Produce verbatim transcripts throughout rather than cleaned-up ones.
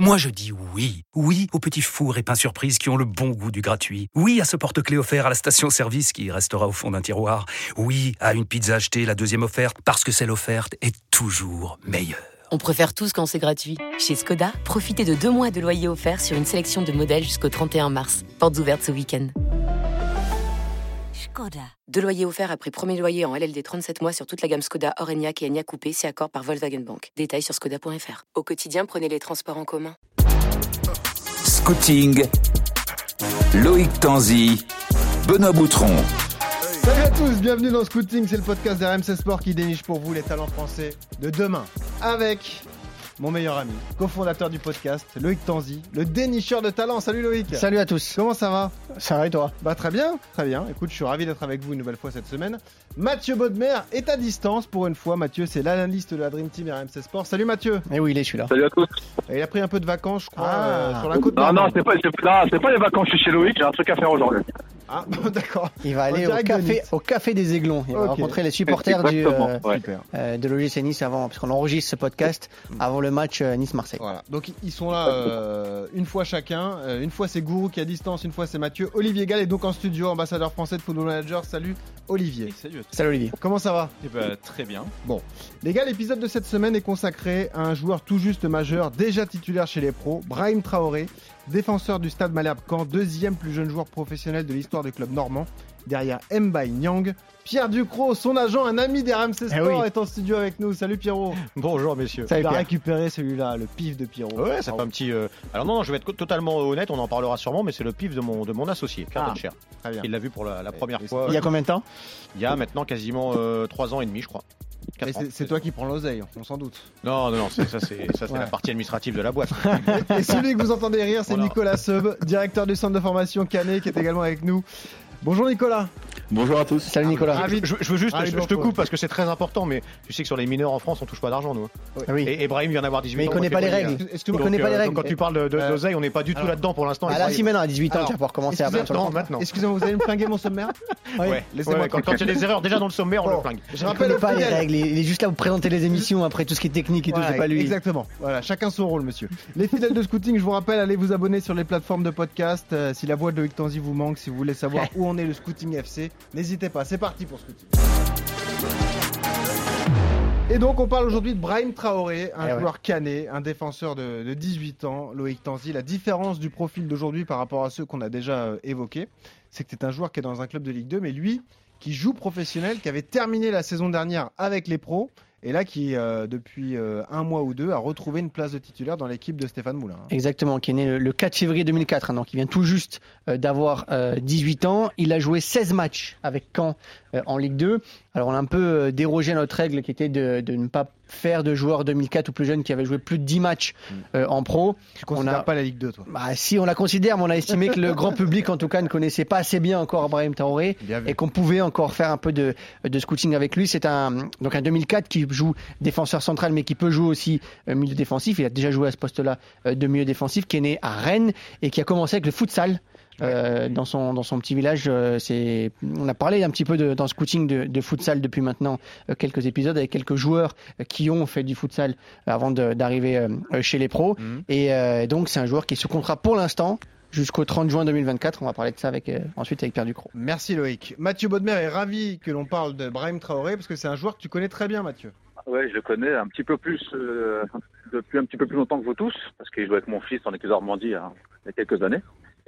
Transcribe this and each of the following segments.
Moi je dis oui. Oui aux petits fours et pains surprises qui ont le bon goût du gratuit. Oui à ce porte-clés offert à la station-service qui restera au fond d'un tiroir. Oui à une pizza achetée, la deuxième offerte, parce que celle offerte est toujours meilleure. On préfère tous quand c'est gratuit. Chez Skoda, profitez de deux mois de loyer offert sur une sélection de modèles jusqu'au trente et un mars. Portes ouvertes ce week-end. Skoda. Deux loyers offerts après premier loyer en L L D trente-sept mois sur toute la gamme Skoda, Orenia et Enyaq Coupé, c'est accord par Volkswagen Bank. Détails sur skoda point f r. Au quotidien, prenez les transports en commun. Scouting, Loïc Tanzi, Benoît Boutron. Salut à tous, bienvenue dans Scouting, c'est le podcast d'R M C Sport qui déniche pour vous les talents français de demain. Avec mon meilleur ami, cofondateur du podcast, Loïc Tanzi, le dénicheur de talents. Salut Loïc. Salut à tous. Comment ça va ? Ça va et toi ? Bah très bien, très bien. Écoute, je suis ravi d'être avec vous une nouvelle fois cette semaine. Mathieu Bodmer est à distance pour une fois. Mathieu, c'est l'analyste de la Dream Team R M C Sport. Salut Mathieu. Et oui, il est celui-là. Salut à tous. Et il a pris un peu de vacances, je crois, Ah. euh, sur la côte Non, nord. non, c'est pas, c'est, non, c'est pas les vacances, je suis chez Loïc, j'ai un truc à faire aujourd'hui. Ah, bon, d'accord. Il va En aller au direct de café, Nice. au café des Aiglons. Il va Ok. rencontrer les supporters du, Exactement, euh, ouais. Super. euh, de l'O G C Nice avant, parce qu'on enregistre ce podcast avant le match euh, Nice-Marseille. Voilà, donc ils sont là euh, une fois chacun. Euh, une fois c'est Gourou qui est à distance, une fois c'est Mathieu. Olivier Gall est donc en studio, ambassadeur français de Football Manager. Salut Olivier. Salut à tous. Salut Olivier. Comment ça va ? Eh ben, très bien. Les gars, l'épisode de cette semaine est consacré à un joueur tout juste majeur, déjà titulaire chez les pros, Brahim Traoré, défenseur du Stade Malherbe-Caen, deuxième plus jeune joueur professionnel de l'histoire du club normand, derrière Mbaye Niang. Pierre Ducrot, son agent, un ami d'R M C Sport, Eh oui. est en studio avec nous. Salut Pierrot. Bonjour messieurs. Salut Tu as Pierre. récupéré celui-là, le pif de Pierrot. Ouais, ça fait un petit. euh, Alors non, non, je vais être totalement honnête, on en parlera sûrement, mais c'est le pif de mon de mon associé, Pierre Ah. Dutcher. Très bien. Il l'a vu pour la, la Et- première et fois. Il y a combien de temps ? Il y a maintenant quasiment euh, trois ans et demi, je crois. Quatre Et ans. c'est, c'est toi qui prends l'oseille, on s'en doute. Non, non, non, c'est, ça c'est ça c'est Ouais. la partie administrative de la boîte. Et celui que vous entendez rire, c'est Voilà. Nicolas Seub, directeur du centre de formation Canet, qui est également avec nous. Bonjour Nicolas. Bonjour à tous. Salut Nicolas. Ravi de- Je, je veux juste, Ah, je, il je te faut. coupe parce que c'est très important, mais tu sais que sur les mineurs en France, on touche pas d'argent, nous. Ah oui. Et, et Brahim vient d'avoir dix-huit Mais il ans. connaît donc pas les voilà. règles. Excuse-moi. Il connaît pas les euh, règles. donc quand tu parles de, de, Euh, d'oseille, on n'est pas du tout alors- là-dedans pour l'instant. Ah là, Et- si maintenant à dix-huit ans, Alors, tu vas pouvoir commencer à excusez-moi, faire Non, maintenant. Excusez-moi, vous allez me flinguer mon sommaire ? Oui. Ouais, Laissez-moi ouais, quand quand il y a des erreurs déjà dans le sommaire, on Bon. le flingue. Je Il rappelle connaît au pas les fidèles- règles. Il est juste là pour présenter les émissions après tout ce qui est technique et tout, Voilà, c'est pas lui. Exactement. Voilà, chacun son rôle, monsieur. Les fidèles de Scouting, je vous rappelle, allez vous abonner sur les plateformes de podcast. Euh, si la voix de Loïc Tanzi vous manque, si vous voulez savoir où en est le Scouting F C, n'hésitez pas. C'est parti pour Scouting. Et donc, on parle aujourd'hui de Brahim Traoré, un Eh ouais. joueur canet, un défenseur de, de dix-huit ans, Loïc Tanzi. La différence du profil d'aujourd'hui par rapport à ceux qu'on a déjà euh, évoqués, c'est que c'est un joueur qui est dans un club de Ligue deux, mais lui, qui joue professionnel, qui avait terminé la saison dernière avec les pros, et là qui, euh, depuis euh, un mois ou deux, a retrouvé une place de titulaire dans l'équipe de Stéphane Moulin. hein. Exactement, qui est né le- le quatre février deux mille quatre, hein, donc il vient tout juste euh, d'avoir euh, dix-huit ans. Il a joué seize matchs avec Caen euh, en Ligue deux. Alors on a un peu euh, dérogé à notre règle qui était de, de ne pas faire de joueurs deux mille quatre ou plus jeunes qui avaient joué plus de dix matchs euh, en pro. Tu considères a- pas la Ligue deux, toi? Bah, si on la considère, mais on a estimé que le grand public en tout cas ne connaissait pas assez bien encore Brahim Traoré Bien vu. et qu'on pouvait encore faire un peu de, de scouting avec lui. C'est un donc un deux mille quatre qui joue défenseur central mais qui peut jouer aussi euh, milieu défensif. Il a déjà joué à ce poste-là euh, de milieu défensif, qui est né à Rennes et qui a commencé avec le futsal. Euh, dans son dans son petit village, euh, c'est on a parlé un petit peu de dans scouting de, de futsal depuis maintenant euh, quelques épisodes avec quelques joueurs euh, qui ont fait du futsal avant de- d'arriver euh, chez les pros. Mhm. Et euh, donc c'est un joueur qui est sous contrat pour l'instant jusqu'au trente juin deux mille vingt-quatre. On va parler de ça avec euh, ensuite avec Pierre Ducrot. Merci Loïc. Mathieu Bodmer est ravi que l'on parle de Brahim Traoré parce que c'est un joueur que tu connais très bien, Mathieu. Ouais, je le connais un petit peu plus euh, depuis un petit peu plus longtemps que vous tous, parce qu'il joue avec mon fils en équipe de Normandie hein, il y a quelques années.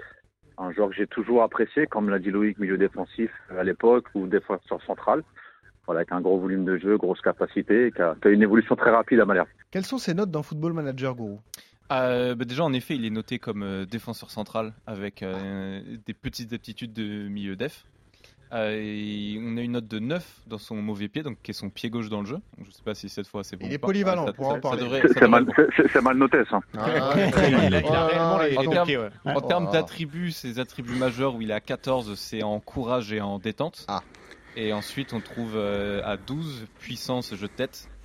Un joueur que j'ai toujours apprécié, comme l'a dit Loïc, milieu défensif à l'époque ou défenseur central. Voilà, avec un gros volume de jeu, grosse capacité, qui a, qui a une évolution très rapide à Malherbe. Quelles sont ses notes dans Football Manager, Gourou? Euh, bah déjà, en effet, il est noté comme euh, défenseur central avec euh, des petites aptitudes de milieu def. Euh, et on a une note de neuf dans son mauvais pied, donc qui est son pied gauche dans le jeu. Donc, je sais pas si cette fois c'est bon. Il ou est pas. polyvalent, Ça- on pourra en ça- parler. ça devrait- C'est, ça c'est devrait mal, être bon. c'est, c'est- c'est mal noté, ça. Ah, Il a, il a- il a réellement les, En les termes- pieds, ouais. En termes Oh. d'attributs, ses attributs majeurs où il est à quatorze, c'est en courage et en détente. Ah. Et ensuite, on trouve euh, à douze puissance, jeu de tête.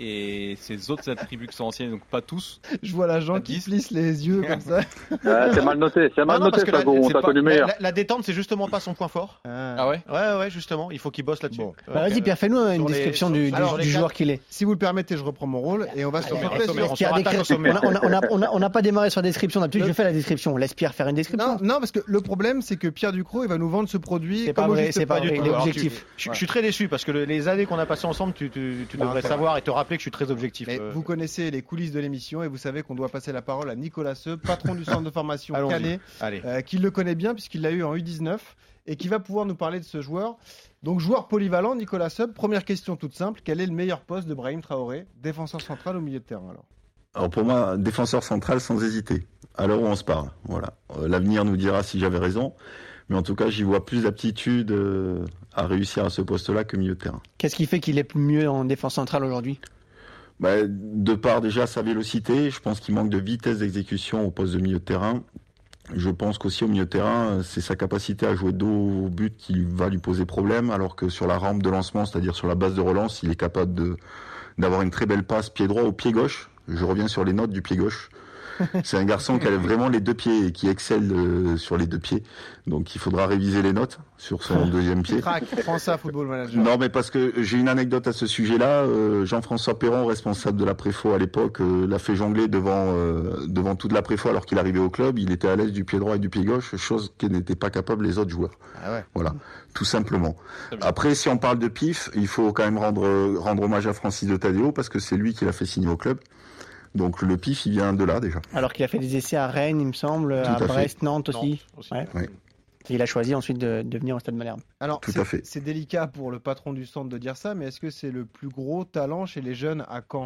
et ses autres attributs qui sont anciens, donc pas tous. Je vois l'agent qui plisse les yeux comme ça. Euh, c'est mal noté, c'est mal Non, non, noté, parce que ça, la- on c'est t'a pas- connu meilleur. La, la détente, c'est justement pas son point fort. Ah. Ah ouais. Ouais, ouais, justement, il faut qu'il bosse là-dessus. Bon. Euh, Bah, vas-y, Pierre, fais-nous une sur les- description sur- du, du- alors, du les joueur quatre- qu'il est. Si vous le permettez, je reprends mon rôle et on va se Allez, concentrer sommaire, sur... on Qui a se rattaque décrit- au sommaire. on a- on a- on a- on n'a pas démarré sur la description. D'habitude, je fais la description. Laisse Pierre faire une description. Non, non, parce que le problème, c'est que Pierre Ducrot, il va nous vendre ce produit. C'est comme pas au vrai, juste c'est pas prix. vrai. Il est Alors, tu- objectif. Je, je suis très déçu parce que le- les années qu'on a passées ensemble, tu, tu, tu Non, devrais c'est savoir et te rappeler que je suis très objectif. Mais Euh, vous connaissez les coulisses de l'émission et vous savez qu'on doit passer la parole à Nicolas Seux, patron du centre de formation Allons-y. Canet, Allez. euh, qui le connaît bien puisqu'il l'a eu en U dix-neuf et qui va pouvoir nous parler de ce joueur. Donc joueur polyvalent, Nicolas Sub. Première question toute simple, quel est le meilleur poste de Brahim Traoré, défenseur central au milieu de terrain alors? Alors pour moi, défenseur central sans hésiter, à l'heure où on se parle. Voilà. Euh, L'avenir nous dira si j'avais raison, mais en tout cas, j'y vois plus d'aptitude euh, à réussir à ce poste-là que milieu de terrain. Qu'est-ce qui fait qu'il est mieux en défense centrale aujourd'hui? Bah, de par déjà sa vélocité, je pense qu'il manque de vitesse d'exécution au poste de milieu de terrain. Je pense qu'aussi au milieu de terrain, c'est sa capacité à jouer dos au but qui va lui poser problème, alors que sur la rampe de lancement, c'est-à-dire sur la base de relance, il est capable de d'avoir une très belle passe pied droit au pied gauche. Je reviens sur les notes du pied gauche. C'est un garçon qui a vraiment les deux pieds et qui excelle euh, sur les deux pieds. Donc il faudra réviser les notes sur son deuxième pied. Crac, prends ça, Football Manager. Non, mais parce que j'ai une anecdote à ce sujet-là. Euh, Jean-François Perron, responsable de la préfo à l'époque, euh, l'a fait jongler devant euh, devant toute la préfo alors qu'il arrivait au club. Il était à l'aise du pied droit et du pied gauche, chose que n'étaient pas capables les autres joueurs. Ah ouais. Voilà, tout simplement. Après, si on parle de pif, il faut quand même rendre rendre hommage à Francis de Tadeo parce que c'est lui qui l'a fait signer au club. Donc le pif, il vient de là déjà. Alors qu'il a fait des essais à Rennes, il me semble, Tout à à fait. Brest, Nantes aussi. Nantes aussi. Ouais. Ouais. Et il a choisi ensuite de, de venir au Stade Malherbe. Alors, Tout c'est- à fait. c'est délicat pour le patron du centre de dire ça, mais est-ce que c'est le plus gros talent chez les jeunes à Caen?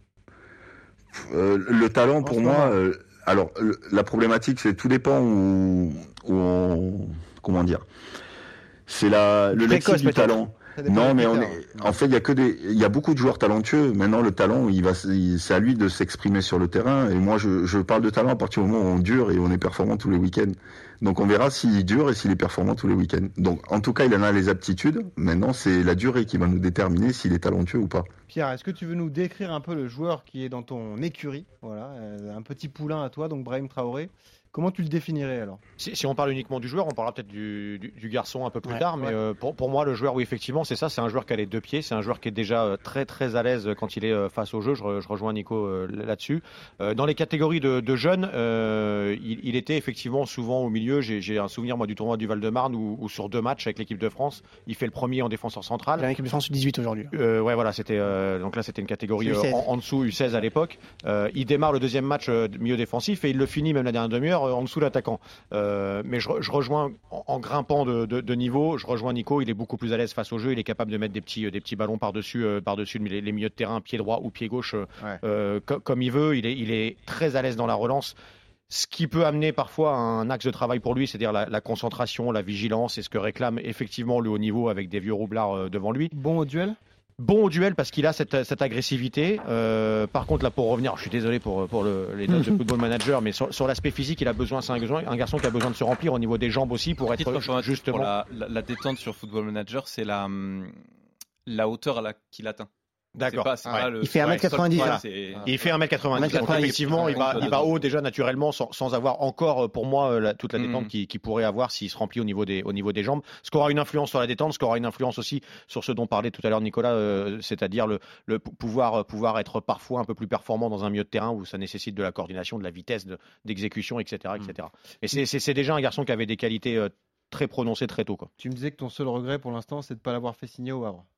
Euh, le talent, En pour ce moi, moment. euh, alors le- la problématique, c'est tout dépend où, où on, comment dire, c'est la le Précoce, lexique du peut-être. talent. Ça dépend Non, des mais on critères. est, en fait, il y a que des, il y a beaucoup de joueurs talentueux. Maintenant, le talent, il va, il- c'est à lui de s'exprimer sur le terrain. Et moi, je, je parle de talent à partir du moment où on dure et on est performant tous les week-ends. Donc, on verra s'il dure et s'il est performant tous les week-ends. Donc, en tout cas, il en a les aptitudes. Maintenant, c'est la durée qui va nous déterminer s'il est talentueux ou pas. Pierre, est-ce que tu veux nous décrire un peu le joueur qui est dans ton écurie? Voilà, euh, un petit poulain à toi, donc Brahim Traoré. Comment tu le définirais alors? Si, si on parle uniquement du joueur, on parlera peut-être du, du, du garçon un peu plus Ouais, tard, mais ouais. euh, pour, pour moi, le joueur, oui, effectivement, c'est ça, c'est un joueur qui a les deux pieds, c'est un joueur qui est déjà euh, très très à l'aise quand il est euh, face au jeu, je, re- je rejoins Nico euh, là-dessus. Euh, dans les catégories de, de jeunes, euh, il, il était effectivement souvent au milieu, j'ai j'ai un souvenir moi du tournoi du Val-de-Marne où, où sur deux matchs avec l'équipe de France, il fait le premier en défenseur central. Il a l'équipe de France dix-huit aujourd'hui. Euh, ouais, voilà, c'était euh, donc là c'était une catégorie U euh, seize. en, en dessous U seize à l'époque. Euh, il démarre le deuxième match euh, milieu défensif et il le finit même la dernière demi-heure euh, en dessous de l'attaquant. Euh, mais je, re- je rejoins en, en grimpant de, de, de niveau, je rejoins Nico. Il est beaucoup plus à l'aise face au jeu. Il est capable de mettre des petits des petits ballons par dessus euh, par dessus les, les milieux de terrain, pied droit ou pied gauche, euh, Ouais. euh, co- comme il veut. Il est il est très à l'aise dans la relance. Ce qui peut amener parfois un axe de travail pour lui, c'est-à-dire la, la concentration, la vigilance, et ce que réclame effectivement le haut niveau avec des vieux roublards euh, devant lui. Bon au duel? Bon au duel parce qu'il a cette, cette agressivité. Euh, par contre, là, pour revenir, je suis désolé pour, pour le, les notes de Football Manager, mais sur, sur l'aspect physique, il a besoin, c'est un, besoin- un garçon qui a besoin de se remplir au niveau des jambes aussi pour Petite être information justement. pour la, la, la détente sur Football Manager, c'est la, hum, la hauteur à la qu'il atteint. D'accord. C'est pas- c'est Ouais. pas le- Il fait un mètre ouais, quatre-vingt-dix, voilà, là. c'est- Il fait un mètre quatre-vingt-dix. un mètre Donc, quatre-vingt-dix. effectivement, il va, il va haut déjà naturellement sans, sans avoir encore, euh, pour moi, euh, la- toute la Mhm. détente qu'il qu'il pourrait avoir s'il se remplit au niveau, des, au niveau des jambes. Ce qui aura une influence sur la détente, ce qui aura une influence aussi sur ce dont parlait tout à l'heure Nicolas, euh, c'est-à-dire le, le pou- pouvoir, pouvoir être parfois un peu plus performant dans un milieu de terrain où ça nécessite de la coordination, de la vitesse de- d'exécution, et cetera, et cetera. Et c'est- c'est c'est déjà un garçon qui avait des qualités euh, très prononcées très tôt, quoi. Tu me disais que ton seul regret pour l'instant, c'est de ne pas l'avoir fait signer au Havre.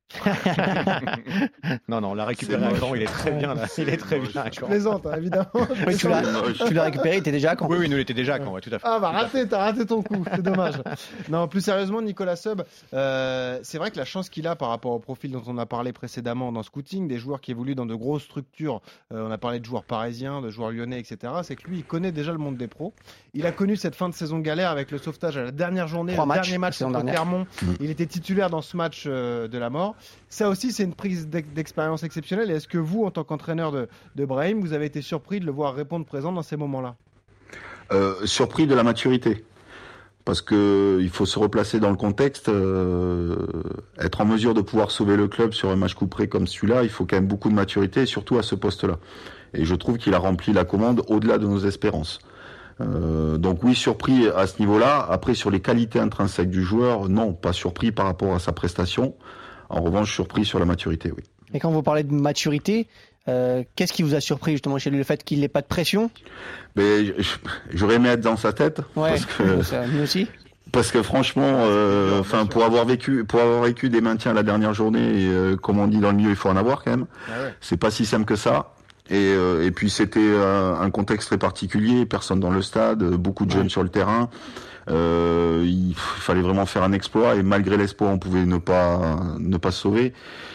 Non, non, on l'a récupéré à Caen, il est très bien là. Il est très bien à Je Caen. plaisante, hein, évidemment. Oui, tu l'as tu l'as récupéré, il était déjà à Caen. Oui, oui, nous il était déjà à Caen, ouais, tout à fait. Ah bah raté, t'as raté ton coup, c'est dommage. Non, plus sérieusement, Nicolas Sub, euh, c'est vrai que la chance qu'il a par rapport au profil dont on a parlé précédemment dans Scouting, des joueurs qui évoluent dans de grosses structures, euh, on a parlé de joueurs parisiens, de joueurs lyonnais, et cetera, c'est que lui, il connaît déjà le monde des pros. Il a connu cette fin de saison galère avec le sauvetage à la dernière journée, Trois le matchs, dernier match saison contre dernière. Clermont. Mm. Il était titulaire dans ce match euh, de la mort. Ça aussi, c'est une prise d'ex- d'expérience exceptionnelle. Et est-ce que vous, en tant qu'entraîneur de, de Brahim, vous avez été surpris de le voir répondre présent dans ces moments-là? Euh, surpris de la maturité. parce que il faut se replacer dans le contexte. Euh, être en mesure de pouvoir sauver le club sur un match coup près comme celui-là, il faut quand même beaucoup de maturité, et surtout à ce poste-là. Et je trouve qu'il a rempli la commande au-delà de nos espérances. Euh, donc oui, surpris à ce niveau-là. Après, sur les qualités intrinsèques du joueur, non, pas surpris par rapport à sa prestation. En revanche, surpris sur la maturité, oui. Et quand vous parlez de maturité, euh, qu'est-ce qui vous a surpris justement chez lui, le fait qu'il n'ait pas de pression? Mais j'aurais aimé être dans sa tête. Ouais, parce que, ça, nous aussi. Parce que franchement, enfin, euh, pour avoir vécu, pour avoir vécu des maintiens la dernière journée, et, euh, comme on dit dans le milieu, il faut en avoir quand même. Ah ouais. C'est pas si simple que ça. Et, euh, et puis c'était euh, un contexte très particulier, personne dans le stade, beaucoup de jeunes ouais. sur le terrain. Euh, il fallait vraiment faire un exploit, et malgré l'espoir, on pouvait ne pas ne pas se sauver.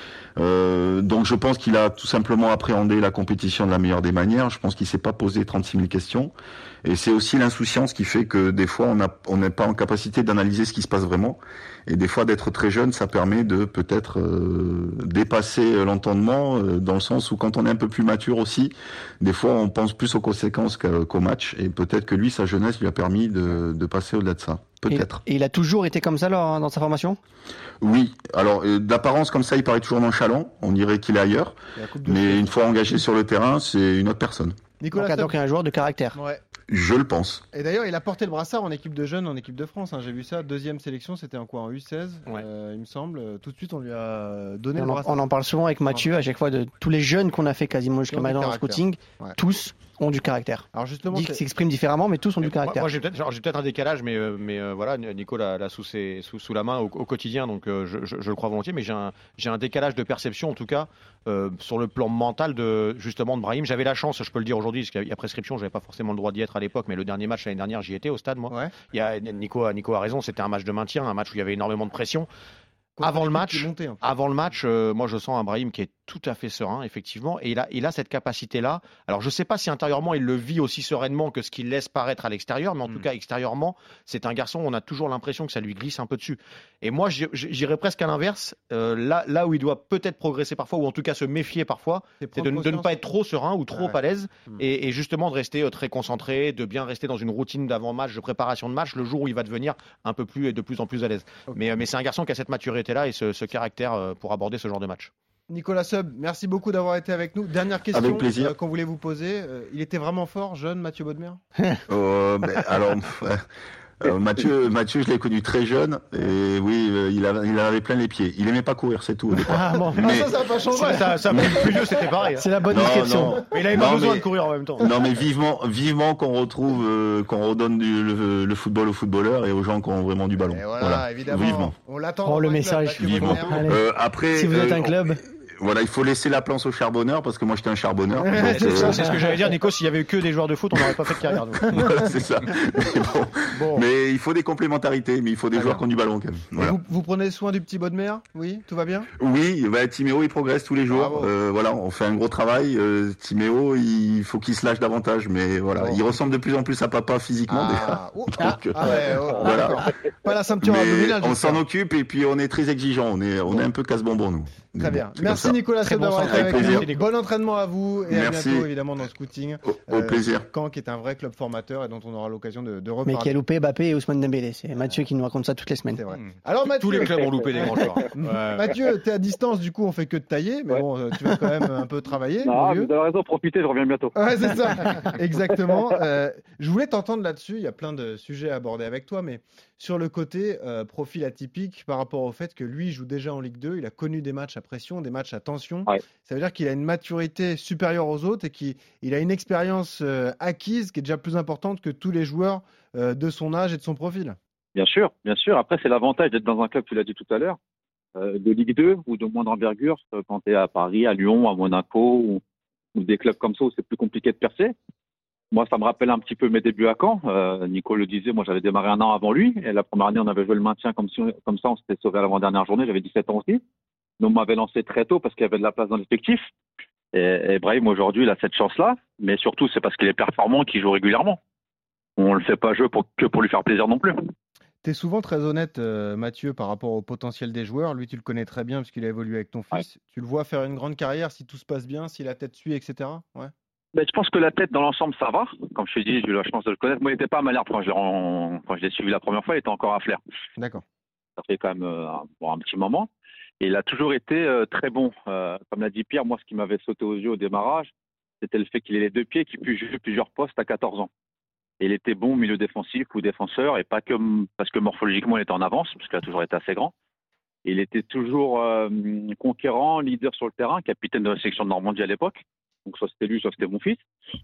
Euh, donc je pense qu'il a tout simplement appréhendé la compétition de la meilleure des manières. Je pense qu'il s'est pas posé trente-six mille questions. Et c'est aussi l'insouciance qui fait que des fois on a, on n'est pas en capacité d'analyser ce qui se passe vraiment. Et des fois d'être très jeune, ça permet de peut-être euh, dépasser l'entendement, euh, dans le sens où quand on est un peu plus mature aussi, des fois on pense plus aux conséquences qu'au match. Et peut-être que lui, sa jeunesse lui a permis de, de passer au-delà de ça. Peut-être. Et, et il a toujours été comme ça là, dans sa formation? Oui. Alors euh, d'apparence comme ça, il paraît toujours nonchalant. On dirait qu'il est ailleurs. Mais une fois engagé sur le terrain, c'est une autre personne. Nicolas donc, donc un joueur de caractère. Ouais. Je le pense. Et d'ailleurs, il a porté le brassard en équipe de jeunes, en équipe de France. Hein. J'ai vu ça, deuxième sélection, c'était en quoi, en U seize, ouais. euh, il me semble. Tout de suite, on lui a donné on le en, brassard. On en parle souvent avec Mathieu, à chaque fois, de tous les jeunes qu'on a fait quasiment jusqu'à maintenant en scouting, ouais. tous ont du caractère. Alors justement, ils s'expriment différemment, mais tous ont du caractère. Moi, moi j'ai peut-être, j'ai peut-être un décalage, mais, mais euh, voilà, Nico l'a, l'a sous, ses, sous, sous la main au, au quotidien, donc euh, je, je, je le crois volontiers, mais j'ai un, j'ai un décalage de perception, en tout cas, euh, sur le plan mental de justement de Brahim. J'avais la chance, je peux le dire aujourd'hui, parce qu'il y a prescription, j'avais pas forcément le droit d'y être à l'époque, mais le dernier match l'année dernière, j'y étais au stade, moi. Ouais. Il y a, Nico, Nico a raison, c'était un match de maintien, un match où il y avait énormément de pression. Avant le match, monté, en fait. avant le match, euh, moi je sens un Brahim qui est tout à fait serein, effectivement, et il a, il a cette capacité-là. Alors je ne sais pas si intérieurement il le vit aussi sereinement que ce qu'il laisse paraître à l'extérieur, mais en mmh. tout cas extérieurement, c'est un garçon, on a toujours l'impression que ça lui glisse un peu dessus. Et moi j'irais presque à l'inverse, euh, là, là où il doit peut-être progresser parfois, ou en tout cas se méfier parfois, c'est, c'est de, de ne pas être trop serein ou trop ouais. à l'aise, mmh. et, et justement de rester euh, très concentré, de bien rester dans une routine d'avant-match, de préparation de match, le jour où il va devenir un peu plus et de plus en plus à l'aise. Okay. Mais, mais c'est un garçon qui a cette maturité-là et ce, ce caractère pour aborder ce genre de match. Nicolas Seub, merci beaucoup d'avoir été avec nous. Dernière question euh, qu'on voulait vous poser. Euh, il était vraiment fort, jeune, Mathieu Bodmer euh, ben, Alors, euh, Mathieu, Mathieu, je l'ai connu très jeune. Et oui, euh, il, avait, il avait plein les pieds. Il aimait pas courir, c'est tout au départ. Ah bon, mais... ah, ça, ça n'a pas changé. Ça, ça, ça, plus vieux, c'était pareil. C'est la bonne non, description. Non. Mais il avait non, pas besoin mais... de courir en même temps. Non, mais vivement, vivement qu'on retrouve, euh, qu'on redonne du, le, le football aux footballeurs et aux gens qui ont vraiment du ballon. Et voilà, voilà, évidemment. Vivement. On l'attend. Oh, le message. Club, vivement. Euh, après, si vous êtes euh, un club. On... Voilà, il faut laisser la place aux charbonneurs parce que moi j'étais un charbonneur. Donc, c'est, euh... c'est ce que j'allais dire, Nico. S'il y avait eu que des joueurs de foot, on n'aurait pas fait de carrière. Voilà, c'est ça. Mais, bon. Bon. mais il faut des complémentarités, mais il faut des ah joueurs qui ont du ballon quand même. Voilà. Vous, vous prenez soin du petit Bodmer? Oui, tout va bien? Oui, bah, Timéo il progresse tous les jours. Ah, euh, voilà, on fait un gros travail. Euh, Timéo, il faut qu'il se lâche davantage, mais voilà, bon. il ressemble de plus en plus à papa physiquement ah. déjà. Oh. Donc, ah ouais, oh. voilà. Pas la ceinture abdominale. On s'en occupe et puis on est très exigeant. On est, on bon. est un peu casse-bonbon nous. Très bien. Merci Nicolas Seub d'avoir été avec nous. Bon entraînement à vous et Merci. à bientôt évidemment dans Scouting. Au, au euh, plaisir. Caen qui est un vrai club formateur et dont on aura l'occasion de, de reparler. Mais qui a loupé Mbappé et Ousmane Dembélé. C'est Mathieu qui nous raconte ça toutes les semaines. C'est vrai. Mmh. Alors Mathieu, tous les clubs ont loupé des grands joueurs. Ouais. Mathieu, t'es à distance du coup on fait que de tailler, mais ouais. bon tu vas quand même un peu travailler. Non, vous avez raison, profitez, je reviens bientôt. Ouais c'est ça, exactement. Euh, je voulais t'entendre là-dessus. Il y a plein de sujets à aborder avec toi, mais sur le côté euh, profil atypique par rapport au fait que lui joue déjà en Ligue deux, il a connu des matchs à pression, des matchs à tension. Ouais. Ça veut dire qu'il a une maturité supérieure aux autres et qu'il il a une expérience euh, acquise qui est déjà plus importante que tous les joueurs euh, de son âge et de son profil. Bien sûr, bien sûr. Après, c'est l'avantage d'être dans un club, tu l'as dit tout à l'heure, euh, de Ligue deux ou de moindre envergure, quand tu es à Paris, à Lyon, à Monaco ou, ou des clubs comme ça où c'est plus compliqué de percer. Moi, ça me rappelle un petit peu mes débuts à Caen. Euh, Nico le disait, moi j'avais démarré un an avant lui. Et la première année, on avait joué le maintien comme, si, comme ça, on s'était sauvé à l'avant-dernière journée. J'avais dix-sept ans aussi. Donc, on m'avait lancé très tôt parce qu'il y avait de la place dans l'effectif. Et, et Brahim, aujourd'hui, il a cette chance-là. Mais surtout, c'est parce qu'il est performant qu'il joue régulièrement. On ne le fait pas jouer pour, que pour lui faire plaisir non plus. Tu es souvent très honnête, euh, Mathieu, par rapport au potentiel des joueurs. Lui, tu le connais très bien parce qu'il a évolué avec ton fils. Ouais. Tu le vois faire une grande carrière si tout se passe bien, si la tête suit, et cetera. Ouais. Ben, je pense que la tête, dans l'ensemble, ça va. Comme je t'ai dit, j'ai eu la chance de le connaître. Moi, il n'était pas à Malherbe quand je l'ai, en... quand je l'ai suivi la première fois, il était encore à Flers. D'accord. Ça fait quand même euh, un, bon, un petit moment. Et il a toujours été euh, très bon. Euh, comme l'a dit Pierre, moi, ce qui m'avait sauté aux yeux au démarrage, c'était le fait qu'il ait les deux pieds, qu'il puisse jouer plusieurs postes à quatorze ans. Et il était bon au milieu défensif ou défenseur, et pas que parce que morphologiquement, il était en avance, parce qu'il a toujours été assez grand. Et il était toujours euh, conquérant, leader sur le terrain, capitaine de la sélection de Normandie à l'époque. Donc soit c'était lui, soit c'était mon fils.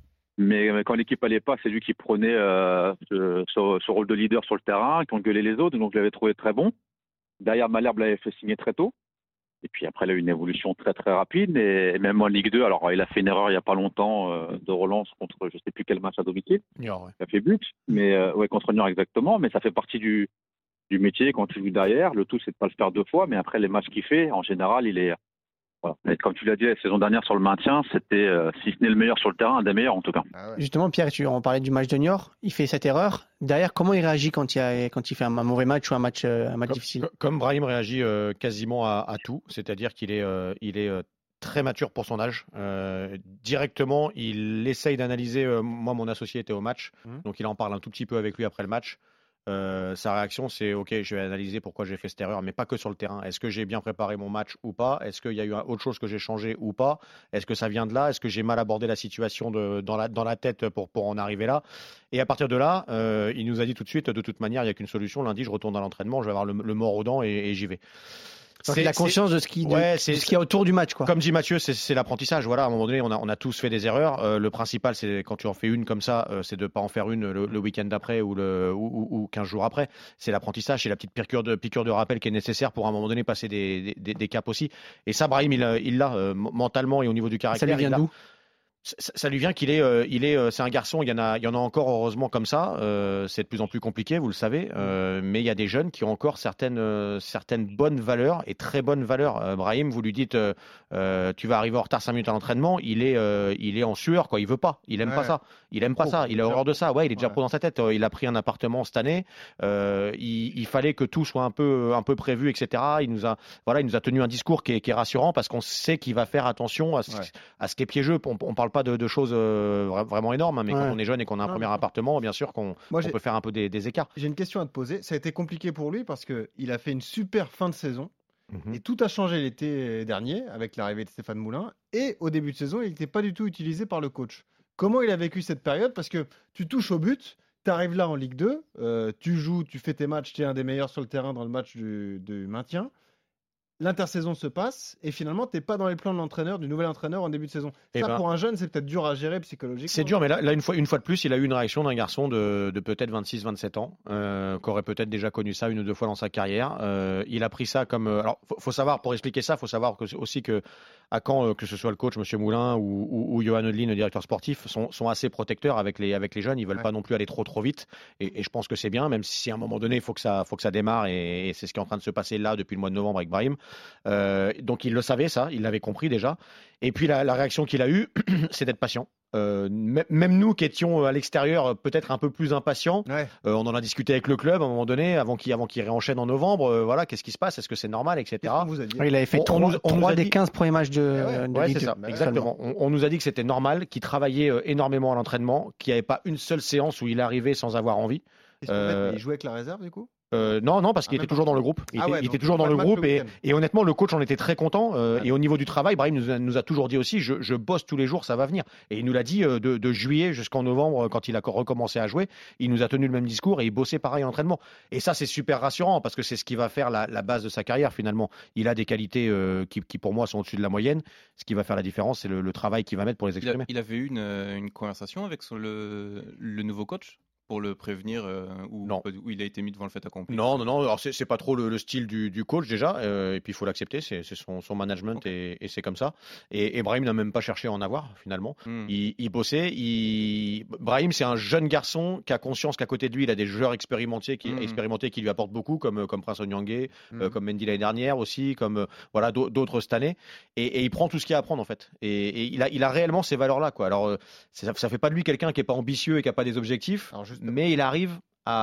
Mais, mais quand l'équipe allait pas, c'est lui qui prenait euh, ce, ce, ce rôle de leader sur le terrain, qui engueulait les autres. Donc je l'avais trouvé très bon. Derrière, Malherbe l'avait fait signer très tôt. Et puis après, il a eu une évolution très très rapide. Et, et même en Ligue deux, alors il a fait une erreur il n'y a pas longtemps euh, de relance contre je ne sais plus quel match à domicile. Niort, ouais. Il a fait but, mais euh, ouais, contre Niort exactement. Mais ça fait partie du, du métier quand tu joues derrière. Le tout, c'est de ne pas le faire deux fois. Mais après, les matchs qu'il fait, en général, il est... Voilà. Et comme tu l'as dit, la saison dernière sur le maintien, c'était, euh, si ce n'est le meilleur sur le terrain, un des meilleurs en tout cas. Ah ouais. Justement, Pierre, tu, on parlait du match de Niort. Il fait cette erreur. Derrière, comment il réagit quand il, a, quand il fait un, un mauvais match ou un match, euh, un match Comme, difficile? co- comme Brahim réagit euh, quasiment à, à tout, c'est-à-dire qu'il est, euh, il est euh, très mature pour son âge. Euh, directement, il essaye d'analyser. Euh, moi, mon associé était au match, Mhm. donc il en parle un tout petit peu avec lui après le match. Euh, sa réaction, c'est OK, je vais analyser pourquoi j'ai fait cette erreur, mais pas que sur le terrain. Est-ce que j'ai bien préparé mon match ou pas? Est-ce qu'il y a eu un- autre chose que j'ai changé ou pas? Est-ce que ça vient de là? Est-ce que j'ai mal abordé la situation de, dans, la, dans la tête pour, pour en arriver là? Et à partir de là, euh, il nous a dit tout de suite, de toute manière, il n'y a qu'une solution. Lundi, je retourne à l'entraînement, je vais avoir le, le mort aux dents et, et j'y vais. Donc, il a conscience de ce qui, de, ouais, de c'est- ce qu'il y a autour du match, quoi. Comme dit Mathieu, c'est, c'est l'apprentissage. Voilà, à un moment donné, on a, on a tous fait des erreurs. Euh, le principal, c'est quand tu en fais une comme ça, euh, c'est de ne pas en faire une le, le week-end d'après ou, le, ou, ou, ou quinze jours après. C'est l'apprentissage, c'est la petite piqûre de, piqûre de rappel qui est nécessaire pour à un moment donné passer des, des, des caps aussi. Et ça, Brahim, il, il l'a euh, mentalement et au niveau du caractère. Ça lui vient il l'a. d'où? Ça, ça lui vient qu'il est, euh, il est, euh, c'est un garçon. Il y en a, il y en a encore heureusement comme ça. Euh, c'est de plus en plus compliqué, vous le savez. Euh, mais il y a des jeunes qui ont encore certaines, euh, certaines bonnes valeurs et très bonnes valeurs. Euh, Brahim, vous lui dites, euh, euh, tu vas arriver en retard cinq minutes à l'entraînement. Il est, euh, il est en sueur, quoi. Il veut pas. Il aime Ouais. pas ça. Il aime pas Pro, ça. Il a horreur de ça. Ouais, il est déjà Ouais. pro dans sa tête. Euh, Il a pris un appartement cette année. Euh, il, il fallait que tout soit un peu, un peu prévu, et cetera. Il nous a, voilà, il nous a tenu un discours qui est, qui est rassurant parce qu'on sait qu'il va faire attention à ce, Ouais. à ce qui est piégeux. On, on parle pas de, de choses euh, vra- vraiment énormes, hein, mais Ouais. quand on est jeune et qu'on a un Non, premier bien sûr. appartement, bien sûr qu'on Moi, on j'ai- peut faire un peu des, des écarts. J'ai une question à te poser. Ça a été compliqué pour lui parce qu'il a fait une super fin de saison. Mhm. Et tout a changé l'été dernier avec l'arrivée de Stéphane Moulin. Et au début de saison, il n'était pas du tout utilisé par le coach. Comment il a vécu cette période? Parce que tu touches au but, tu arrives là en Ligue deux, euh, tu joues, tu fais tes matchs, tu es un des meilleurs sur le terrain dans le match du, du maintien. L'intersaison se passe et finalement, tu n'es pas dans les plans de l'entraîneur, du nouvel entraîneur en début de saison. Eh Ça, ben, pour un jeune, c'est peut-être dur à gérer psychologiquement. C'est dur, mais là, là, une, fois, une fois de plus, il a eu une réaction d'un garçon de, de peut-être vingt-six vingt-sept ans, euh, qui aurait peut-être déjà connu ça une ou deux fois dans sa carrière. Euh, il a pris ça comme. euh, alors, faut, faut savoir, pour expliquer ça, il faut savoir que, aussi que à Caen, euh, que ce soit le coach, M. Moulin, ou, ou, ou Johan Odlin, le directeur sportif, sont, sont assez protecteurs avec les, avec les jeunes. Ils veulent Ouais. pas non plus aller trop trop vite. Et, et je pense que c'est bien, même si à un moment donné, il faut que ça, faut que ça démarre. Et, et c'est ce qui est en train de se passer là depuis le mois de novembre avec Brahim. Euh, donc il le savait, ça, il l'avait compris déjà. Et puis la, la réaction qu'il a eue, c'est d'être patient. Euh, m- même nous qui étions à l'extérieur euh, peut-être un peu plus impatients, Ouais. euh, on en a discuté avec le club à un moment donné avant qu'il avant qu'il réenchaîne en novembre. Euh, voilà, qu'est-ce qui se passe? Est-ce que c'est normal, et Qu'est-ce cetera. qu'on vous a dit? Ouais, il avait fait On- on trois, nous- on nous trois a des dit- quinze premiers matchs de, ouais. de Ouais, Ligue c'est deux. ça, Bah, exactement. On, on nous a dit que c'était normal, qu'il travaillait euh, énormément à l'entraînement, qu'il n'y avait pas une seule séance où il arrivait sans avoir envie. Qu'est-ce qu'on met, Euh, mais il jouait avec la réserve du coup? Euh, non, non, parce qu'il Ah, était même toujours pas. dans le groupe. Il Ah était, ouais, il donc était toujours pas dans de le match groupe le et, week-end. et honnêtement, le coach en était très content. euh, Ouais. Et au niveau du travail, Brahim nous a, nous a toujours dit aussi, je, je bosse tous les jours, ça va venir. Et il nous l'a dit euh, de, de juillet jusqu'en novembre, quand il a recommencé à jouer, il nous a tenu le même discours et il bossait pareil en entraînement. Et ça, c'est super rassurant parce que c'est ce qui va faire la, la base de sa carrière finalement. Il a des qualités euh, qui, qui, pour moi, sont au-dessus de la moyenne. Ce qui va faire la différence, c'est le, le travail qu'il va mettre pour les Il, a- exprimer. il avait eu une, euh, une conversation avec son- le, le nouveau coach pour le prévenir euh, ou, Non. où il a été mis devant le fait accompli. Non, non, non. Alors c'est c'est pas trop le, le style du, du coach déjà, euh, et puis il faut l'accepter. C'est c'est son, son management Okay. et, et c'est comme ça. Et, et Brahim n'a même pas cherché à en avoir finalement. Hmm. Il, il bossait. Il... Brahim, c'est un jeune garçon qui a conscience qu'à côté de lui, il a des joueurs expérimentés qui, Mhm. expérimentés qui lui apportent beaucoup, comme comme Prince Onyangé, Mhm. euh, comme Mendy l'année dernière aussi, comme euh, voilà d'au- d'autres cette année. Et, et il prend tout ce qu'il y a à prendre en fait. Et, et il a il a réellement ces valeurs là quoi. Alors euh, c'est- ça, ça fait pas de lui quelqu'un qui est pas ambitieux et qui a pas des objectifs, Alors, juste- mais il arrive